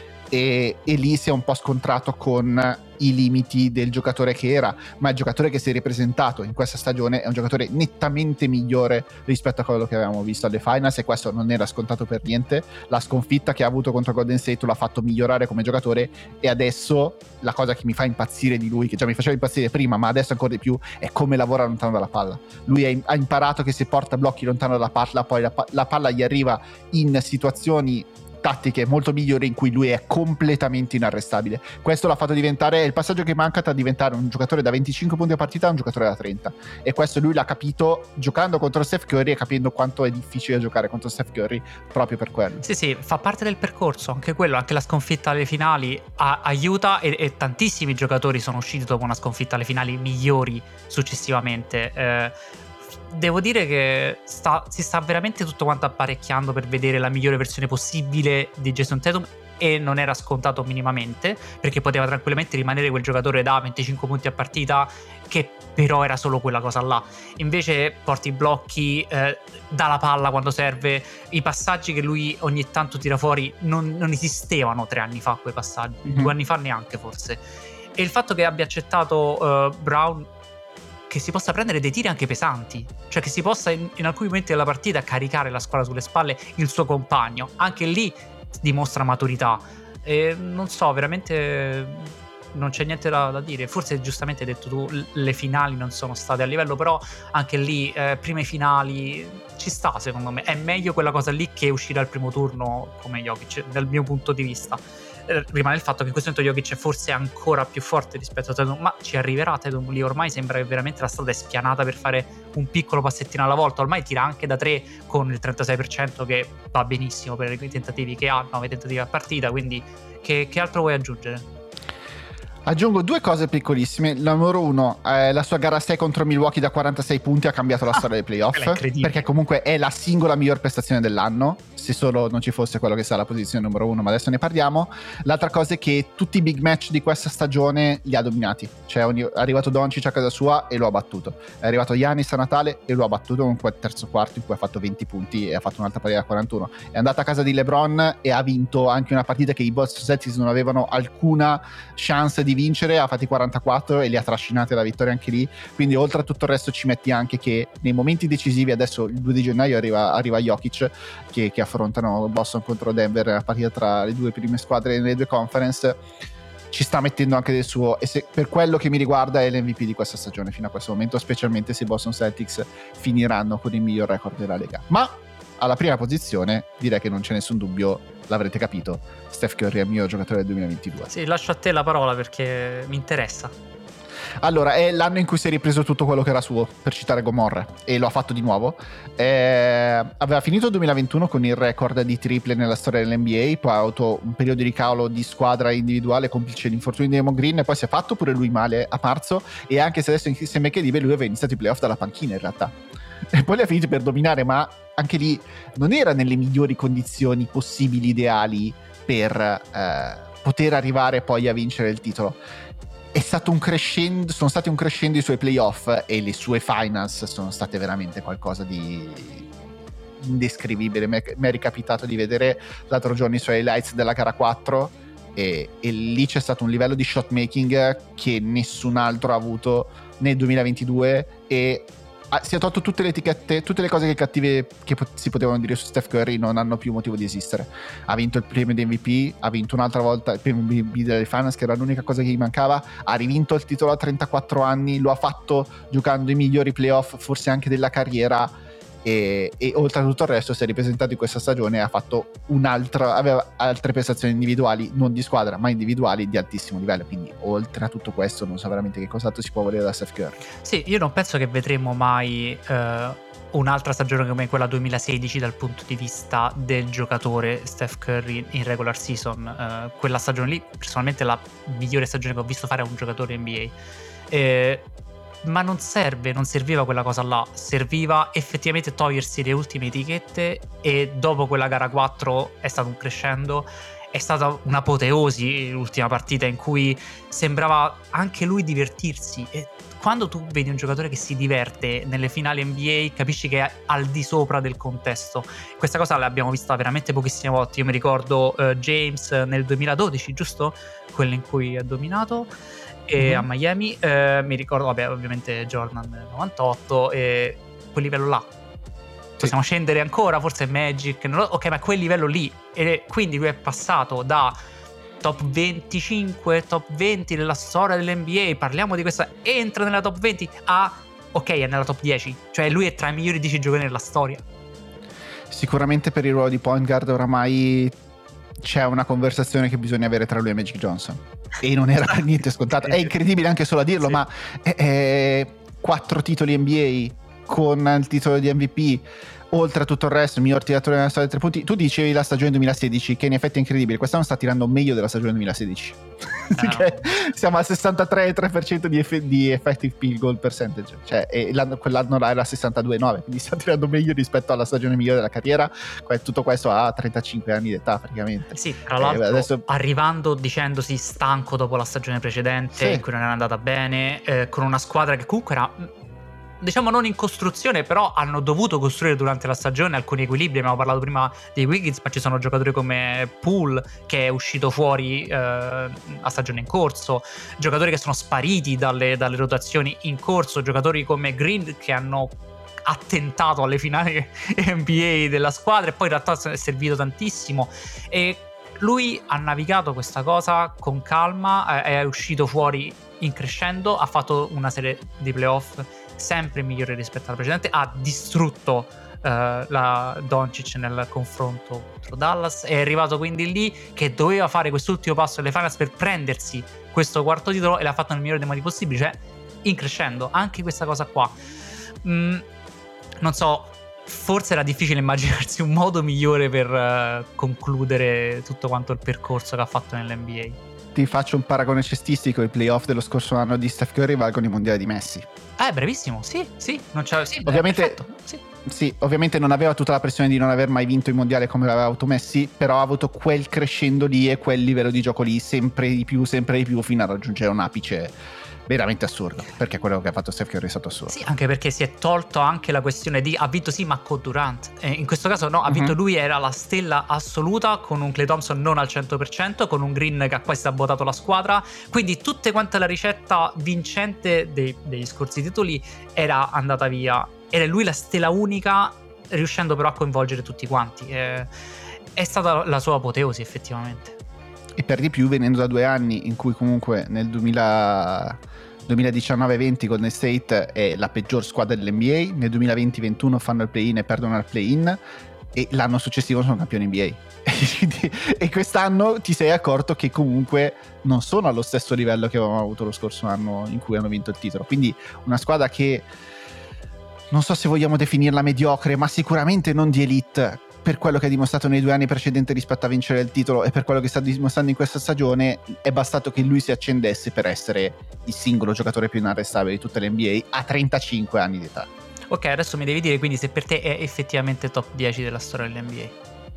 e lì si è un po' scontrato con i limiti del giocatore che era, ma il giocatore che si è ripresentato in questa stagione è un giocatore nettamente migliore rispetto a quello che avevamo visto alle finals, e questo non era scontato per niente. La sconfitta che ha avuto contro Golden State l'ha fatto migliorare come giocatore, e adesso la cosa che mi fa impazzire di lui, che già mi faceva impazzire prima ma adesso ancora di più, è come lavora lontano dalla palla. Lui ha imparato che se porta blocchi lontano dalla palla, poi la palla gli arriva in situazioni tattiche molto migliori in cui lui è completamente inarrestabile. Questo l'ha fatto diventare, il passaggio che manca da diventare un giocatore da 25 punti a partita a un giocatore da 30, e questo lui l'ha capito giocando contro Steph Curry e capendo quanto è difficile giocare contro Steph Curry proprio per quello. Sì, fa parte del percorso anche quello, anche la sconfitta alle finali aiuta, e tantissimi giocatori sono usciti dopo una sconfitta alle finali migliori successivamente. Devo dire che si sta veramente tutto quanto apparecchiando per vedere la migliore versione possibile di Jason Tatum, e non era scontato minimamente, perché poteva tranquillamente rimanere quel giocatore da 25 punti a partita che però era solo quella cosa là. Invece porti i blocchi, dà la palla quando serve, i passaggi che lui ogni tanto tira fuori non esistevano 3 anni fa, quei passaggi, 2 anni fa neanche forse. E il fatto che abbia accettato Brown, che si possa prendere dei tiri anche pesanti, cioè che si possa in alcuni momenti della partita caricare la squadra sulle spalle il suo compagno, anche lì dimostra maturità. E non so, veramente non c'è niente da dire. Forse giustamente hai detto tu, le finali non sono state a livello, però anche lì prime finali ci sta, secondo me è meglio quella cosa lì che uscire al primo turno come Jokic, dal mio punto di vista. Rimane il fatto che in questo momento Jokic è forse ancora più forte rispetto a Tatum, ma ci arriverà Tatum lì. Ormai sembra che veramente la strada è spianata per fare un piccolo passettino alla volta. Ormai tira anche da 3 con il 36%, che va benissimo per i tentativi che ha, 9 tentativi a partita, quindi che altro vuoi aggiungere? Aggiungo 2 cose piccolissime. Numero 1, la sua gara 6 contro Milwaukee da 46 punti ha cambiato la storia dei playoff, perché comunque è la singola miglior prestazione dell'anno, se solo non ci fosse quello che sa la posizione numero 1, ma adesso ne parliamo. L'altra cosa è che tutti i big match di questa stagione li ha dominati, cioè è arrivato Doncic a casa sua e lo ha battuto, è arrivato Giannis a Natale e lo ha battuto con quel terzo quarto in cui ha fatto 20 punti e ha fatto un'altra partita da 41, è andata a casa di LeBron e ha vinto anche una partita che i Boston Celtics non avevano alcuna chance di vincere, ha fatti 44 e li ha trascinati alla vittoria anche lì. Quindi oltre a tutto il resto ci metti anche che nei momenti decisivi, adesso il 2 di gennaio arriva Jokic che affrontano Boston contro Denver, la partita tra le due prime squadre nelle due conference, ci sta mettendo anche del suo, e per quello che mi riguarda è l'MVP di questa stagione fino a questo momento, specialmente se i Boston Celtics finiranno con il miglior record della Lega. Ma alla prima posizione direi che non c'è nessun dubbio, l'avrete capito, Steph Curry è il mio giocatore del 2022. Sì, lascio a te la parola perché mi interessa. Allora, è l'anno in cui si è ripreso tutto quello che era suo, per citare Gomorra, e lo ha fatto di nuovo. Aveva finito il 2021 con il record di triple nella storia dell'NBA, poi ha avuto un periodo di ricalo di squadra individuale complice l'infortunio di Draymond Green, e poi si è fatto pure lui male a marzo, e anche se adesso insieme a KD lui aveva iniziato i playoff dalla panchina in realtà, e poi li ha finiti per dominare, ma anche lì non era nelle migliori condizioni possibili, ideali per poter arrivare poi a vincere il titolo. È stato un crescendo, sono stati un crescendo i suoi playoff, e le sue finals sono state veramente qualcosa di indescrivibile. Mi è ricapitato di vedere l'altro giorno i suoi highlights della gara 4 e lì c'è stato un livello di shot making che nessun altro ha avuto nel 2022, e si è tolto tutte le etichette, tutte le cose cattive che si potevano dire su Steph Curry non hanno più motivo di esistere. Ha vinto il premio di MVP, ha vinto un'altra volta il premio MVP delle finals, che era l'unica cosa che gli mancava, ha rivinto il titolo a 34 anni, lo ha fatto giocando i migliori playoff forse anche della carriera, e oltre a tutto il resto si è ripresentato in questa stagione e ha fatto aveva altre prestazioni individuali, non di squadra ma individuali, di altissimo livello. Quindi oltre a tutto questo non so veramente che cos'altro si può volere da Steph Curry. Sì, io non penso che vedremo mai un'altra stagione come quella 2016 dal punto di vista del giocatore Steph Curry in regular season. Quella stagione lì personalmente è la migliore stagione che ho visto fare a un giocatore NBA, ma non serviva quella cosa là, serviva effettivamente togliersi le ultime etichette, e dopo quella gara 4 è stato un crescendo, è stata un'apoteosi l'ultima partita in cui sembrava anche lui divertirsi, e quando tu vedi un giocatore che si diverte nelle finali NBA capisci che è al di sopra del contesto. Questa cosa l'abbiamo vista veramente pochissime volte. Io mi ricordo James nel 2012, giusto? Quello in cui ha dominato a Miami, mi ricordo ovviamente Jordan nel 98, e quel livello là. Possiamo scendere ancora, forse Magic, ok, ma quel livello lì, e quindi lui è passato da top 25, top 20 della storia dell'NBA, parliamo di questa, entra nella top 20 ok, è nella top 10, cioè lui è tra i migliori 10 giocatori della storia. Sicuramente per il ruolo di point guard oramai c'è una conversazione che bisogna avere tra lui e Magic Johnson, e non era per niente scontato. È incredibile anche solo a dirlo, sì. Ma 4 titoli NBA con il titolo di MVP, oltre a tutto il resto, il miglior tiratore nella storia dei 3 punti. Tu dicevi la stagione 2016, che in effetti è incredibile, quest'anno sta tirando meglio della stagione 2016. Siamo al 63,3% di effective field goal percentage, cioè, e quell'anno là era 62,9%, quindi sta tirando meglio rispetto alla stagione migliore della carriera. Tutto questo a 35 anni d'età praticamente. Sì, tra l'altro adesso... arrivando dicendosi stanco dopo la stagione precedente, sì, in cui non era andata bene, con una squadra che comunque era, diciamo, non in costruzione, però hanno dovuto costruire durante la stagione alcuni equilibri. Abbiamo parlato prima dei Wiggins, ma ci sono giocatori come Poole, che è uscito fuori a stagione in corso, giocatori che sono spariti dalle rotazioni in corso, giocatori come Green che hanno attentato alle finali NBA della squadra, e poi in realtà è servito tantissimo, e lui ha navigato questa cosa con calma, è uscito fuori in crescendo, ha fatto una serie di playoff sempre migliore rispetto alla precedente, ha distrutto la Doncic nel confronto contro Dallas, è arrivato quindi lì che doveva fare quest'ultimo passo alle finals per prendersi questo quarto titolo, e l'ha fatto nel migliore dei modi possibili, cioè in crescendo. Anche questa cosa qua, non so, forse era difficile immaginarsi un modo migliore per concludere tutto quanto il percorso che ha fatto nell'NBA. Ti faccio un paragone cestistico: i playoff dello scorso anno di Steph Curry valgono i mondiali di Messi. Brevissimo, sì, non c'è, sì, ovviamente, sì, ovviamente non aveva tutta la pressione di non aver mai vinto il mondiale come l'aveva avuto Messi, però ha avuto quel crescendo lì e quel livello di gioco lì sempre di più fino a raggiungere un apice veramente assurdo, perché quello che ha fatto Steph Curry è stato assurdo. Sì, anche perché si è tolto anche la questione di ha vinto sì ma con Durant, in questo caso no, ha vinto lui, era la stella assoluta, con un Klay Thompson non al 100%, con un Green che ha quasi sabotato la squadra, quindi tutte quante la ricetta vincente degli scorsi titoli era andata via, era lui la stella unica, riuscendo però a coinvolgere tutti quanti. È stata la sua apoteosi effettivamente. E per di più venendo da 2 anni in cui comunque nel 2019-20 Golden State è la peggior squadra dell'NBA, nel 2020-21 fanno il play-in e perdono al play-in, e l'anno successivo sono campioni NBA. E quest'anno ti sei accorto che comunque non sono allo stesso livello che avevamo avuto lo scorso anno in cui hanno vinto il titolo. Quindi una squadra che non so se vogliamo definirla mediocre, ma sicuramente non di elite per quello che ha dimostrato nei 2 anni precedenti rispetto a vincere il titolo, e per quello che sta dimostrando in questa stagione. È bastato che lui si accendesse per essere il singolo giocatore più inarrestabile di tutta l'NBA a 35 anni di età. Ok, adesso mi devi dire quindi se per te è effettivamente top 10 della storia dell'NBA.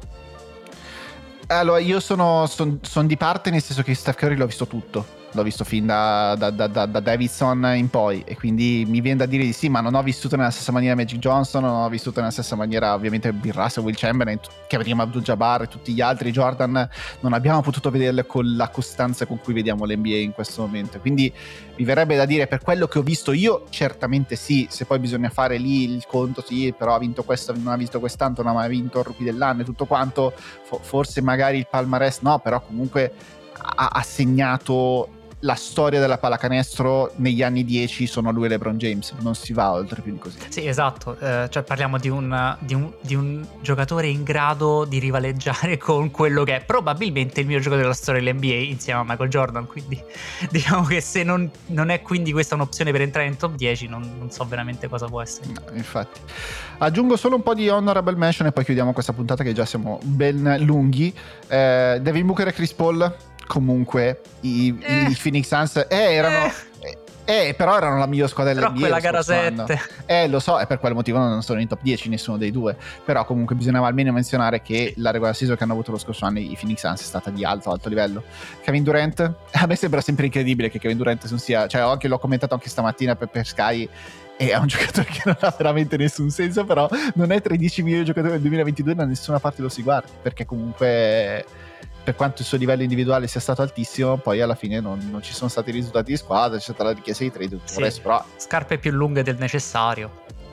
Allora, io sono di parte, nel senso che Steph Curry l'ho visto tutto. L'ho visto fin da Davidson in poi, e quindi mi viene da dire di sì, ma non ho vissuto nella stessa maniera Magic Johnson, non ho vissuto nella stessa maniera ovviamente Bill Russell, Will Chamberlain, Kareem Abdul-Jabbar e tutti gli altri. Jordan non abbiamo potuto vederle con la costanza con cui vediamo l'NBA in questo momento, quindi mi verrebbe da dire, per quello che ho visto io, certamente sì. Se poi bisogna fare lì il conto, sì, però ha vinto questo, non ha vinto quest'anno, non ha mai vinto il Rookie dell'anno e tutto quanto, forse magari il palmarès no, però comunque ha segnato la storia della pallacanestro negli anni 10. Sono lui e LeBron James, non si va oltre più di così. Sì, esatto, cioè parliamo di un giocatore in grado di rivaleggiare con quello che è probabilmente il miglior giocatore della storia dell'NBA insieme a Michael Jordan, quindi diciamo che se non è quindi questa un'opzione per entrare in top 10, non so veramente cosa può essere. No, infatti. Aggiungo solo un po' di honorable mention e poi chiudiamo questa puntata, che già siamo ben lunghi. Devin Booker e Chris Paul, comunque i Phoenix Suns erano però erano la miglior squadra dell'NBA. Però quella gara 7 lo so, e per quel motivo non sono in top 10 nessuno dei due, però comunque bisognava almeno menzionare che la regular season che hanno avuto lo scorso anno i Phoenix Suns è stata di alto livello. Kevin Durant, a me sembra sempre incredibile che Kevin Durant non sia, cioè l'ho commentato anche stamattina per Sky, e è un giocatore che non ha veramente nessun senso, però non è tra i 10 migliori giocatori del 2022, da nessuna parte lo si guarda, perché comunque per quanto il suo livello individuale sia stato altissimo, poi alla fine non ci sono stati risultati di squadra, c'è stata la richiesta di trade, tutto il resto, però scarpe più lunghe del necessario.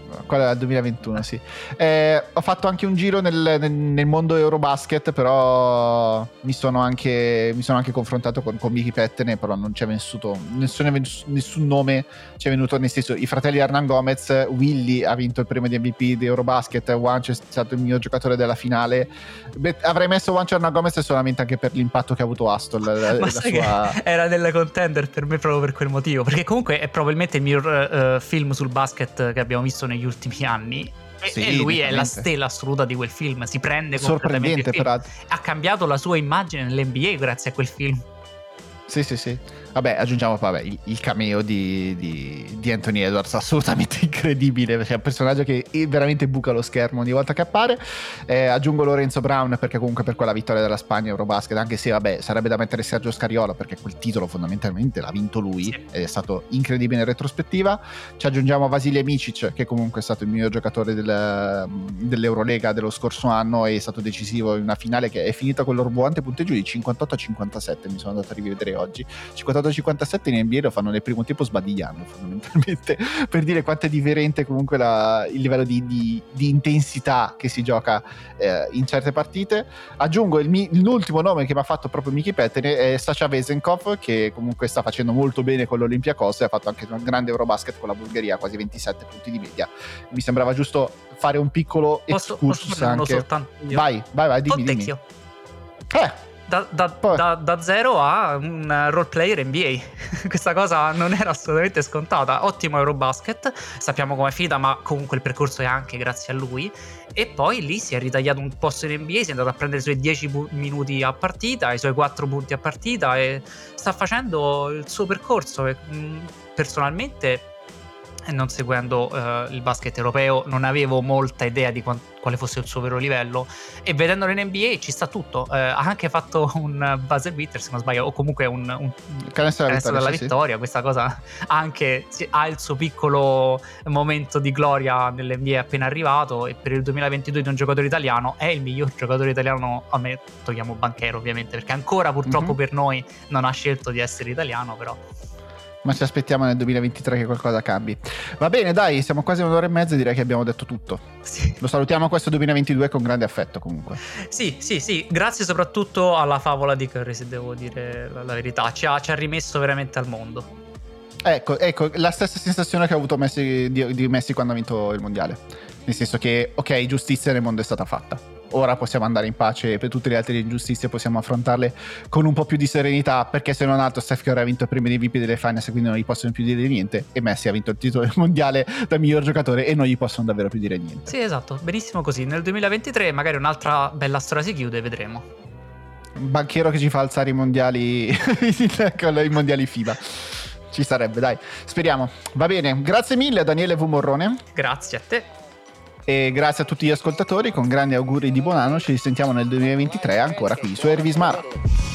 Quella del 2021, sì. Ho fatto anche un giro nel mondo Eurobasket, però mi sono anche confrontato con Michi Pettene, però non c'è nessun nome ci è venuto, nel senso, i fratelli Hernan Gomez, Willy ha vinto il premio di MVP di Eurobasket, Wancho è stato il mio giocatore della finale. Avrei messo Wancho Hernan Gomez solamente anche per l'impatto che ha avuto Astol. Ma sai che era nelle contender per me proprio per quel motivo, perché comunque è probabilmente il miglior film sul basket che abbiamo visto negli ultimi anni. Sì, e lui è la stella assoluta di quel film, si prende completamente il film. Ha cambiato la sua immagine nell'NBA grazie a quel film. Sì. Vabbè, aggiungiamo il cameo di Anthony Edwards, assolutamente incredibile, cioè un personaggio che veramente buca lo schermo ogni volta che appare. Aggiungo Lorenzo Brown perché comunque per quella vittoria della Spagna Eurobasket, anche se vabbè sarebbe da mettere Sergio Scariolo perché quel titolo fondamentalmente l'ha vinto lui, sì, ed è stato incredibile in retrospettiva. Ci aggiungiamo Vasilij Micic, che comunque è stato il miglior giocatore dell'Eurolega dello scorso anno e è stato decisivo in una finale che è finita con l'orboante punteggio di 58-57, mi sono andato a rivedere oggi. 58-57 in NBA lo fanno nel primo tempo sbadigliando fondamentalmente, per dire quanto è differente comunque il livello di intensità che si gioca in certe partite. Aggiungo l'ultimo nome che mi ha fatto proprio Michi Pettene, è Sasha Vezenkov, che comunque sta facendo molto bene con l'Olympiakos e ha fatto anche un grande Eurobasket con la Bulgaria, quasi 27 punti di media. Mi sembrava giusto fare un piccolo excursus anche. Vai, dimmi. Da zero a un role player NBA. Questa cosa non era assolutamente scontata. Ottimo Eurobasket, sappiamo com'è finita, ma comunque il percorso è anche grazie a lui. E poi lì si è ritagliato un posto in NBA, si è andato a prendere i suoi 10 minuti a partita, i suoi 4 punti a partita, e sta facendo il suo percorso. E personalmente, non seguendo il basket europeo, non avevo molta idea di quale fosse il suo vero livello, e vedendolo in NBA ci sta tutto. Ha anche fatto un buzzer beater, se non sbaglio, o comunque un canestro della vittoria. Questa cosa anche ha il suo piccolo momento di gloria nell'NBA appena arrivato, e per il 2022 di un giocatore italiano è il miglior giocatore italiano, a me togliamo Banchero ovviamente, perché ancora purtroppo per noi non ha scelto di essere italiano, però ma ci aspettiamo nel 2023 che qualcosa cambi. Va bene, dai, siamo quasi a un'ora e mezza, direi che abbiamo detto tutto. Sì. Lo salutiamo questo 2022 con grande affetto comunque. Sì, grazie soprattutto alla favola di Curry, se devo dire la verità, ci ha rimesso veramente al mondo. Ecco, la stessa sensazione che ha avuto di Messi quando ha vinto il mondiale, nel senso che ok, giustizia nel mondo è stata fatta, ora possiamo andare in pace e per tutte le altre ingiustizie possiamo affrontarle con un po' più di serenità, perché se non altro Steph Curry ha vinto il premio MVP delle finals, quindi non gli possono più dire niente, e Messi ha vinto il titolo mondiale da miglior giocatore e non gli possono davvero più dire niente. Sì, esatto, benissimo così. Nel 2023 magari un'altra bella storia si chiude, vedremo. Un banchiero che ci fa alzare i mondiali con i mondiali FIBA. Ci sarebbe, dai, speriamo. Va bene, grazie mille a Daniele V. Morrone. Grazie a te. E grazie a tutti gli ascoltatori, con grandi auguri di buon anno, ci risentiamo nel 2023 ancora qui su Ervismar.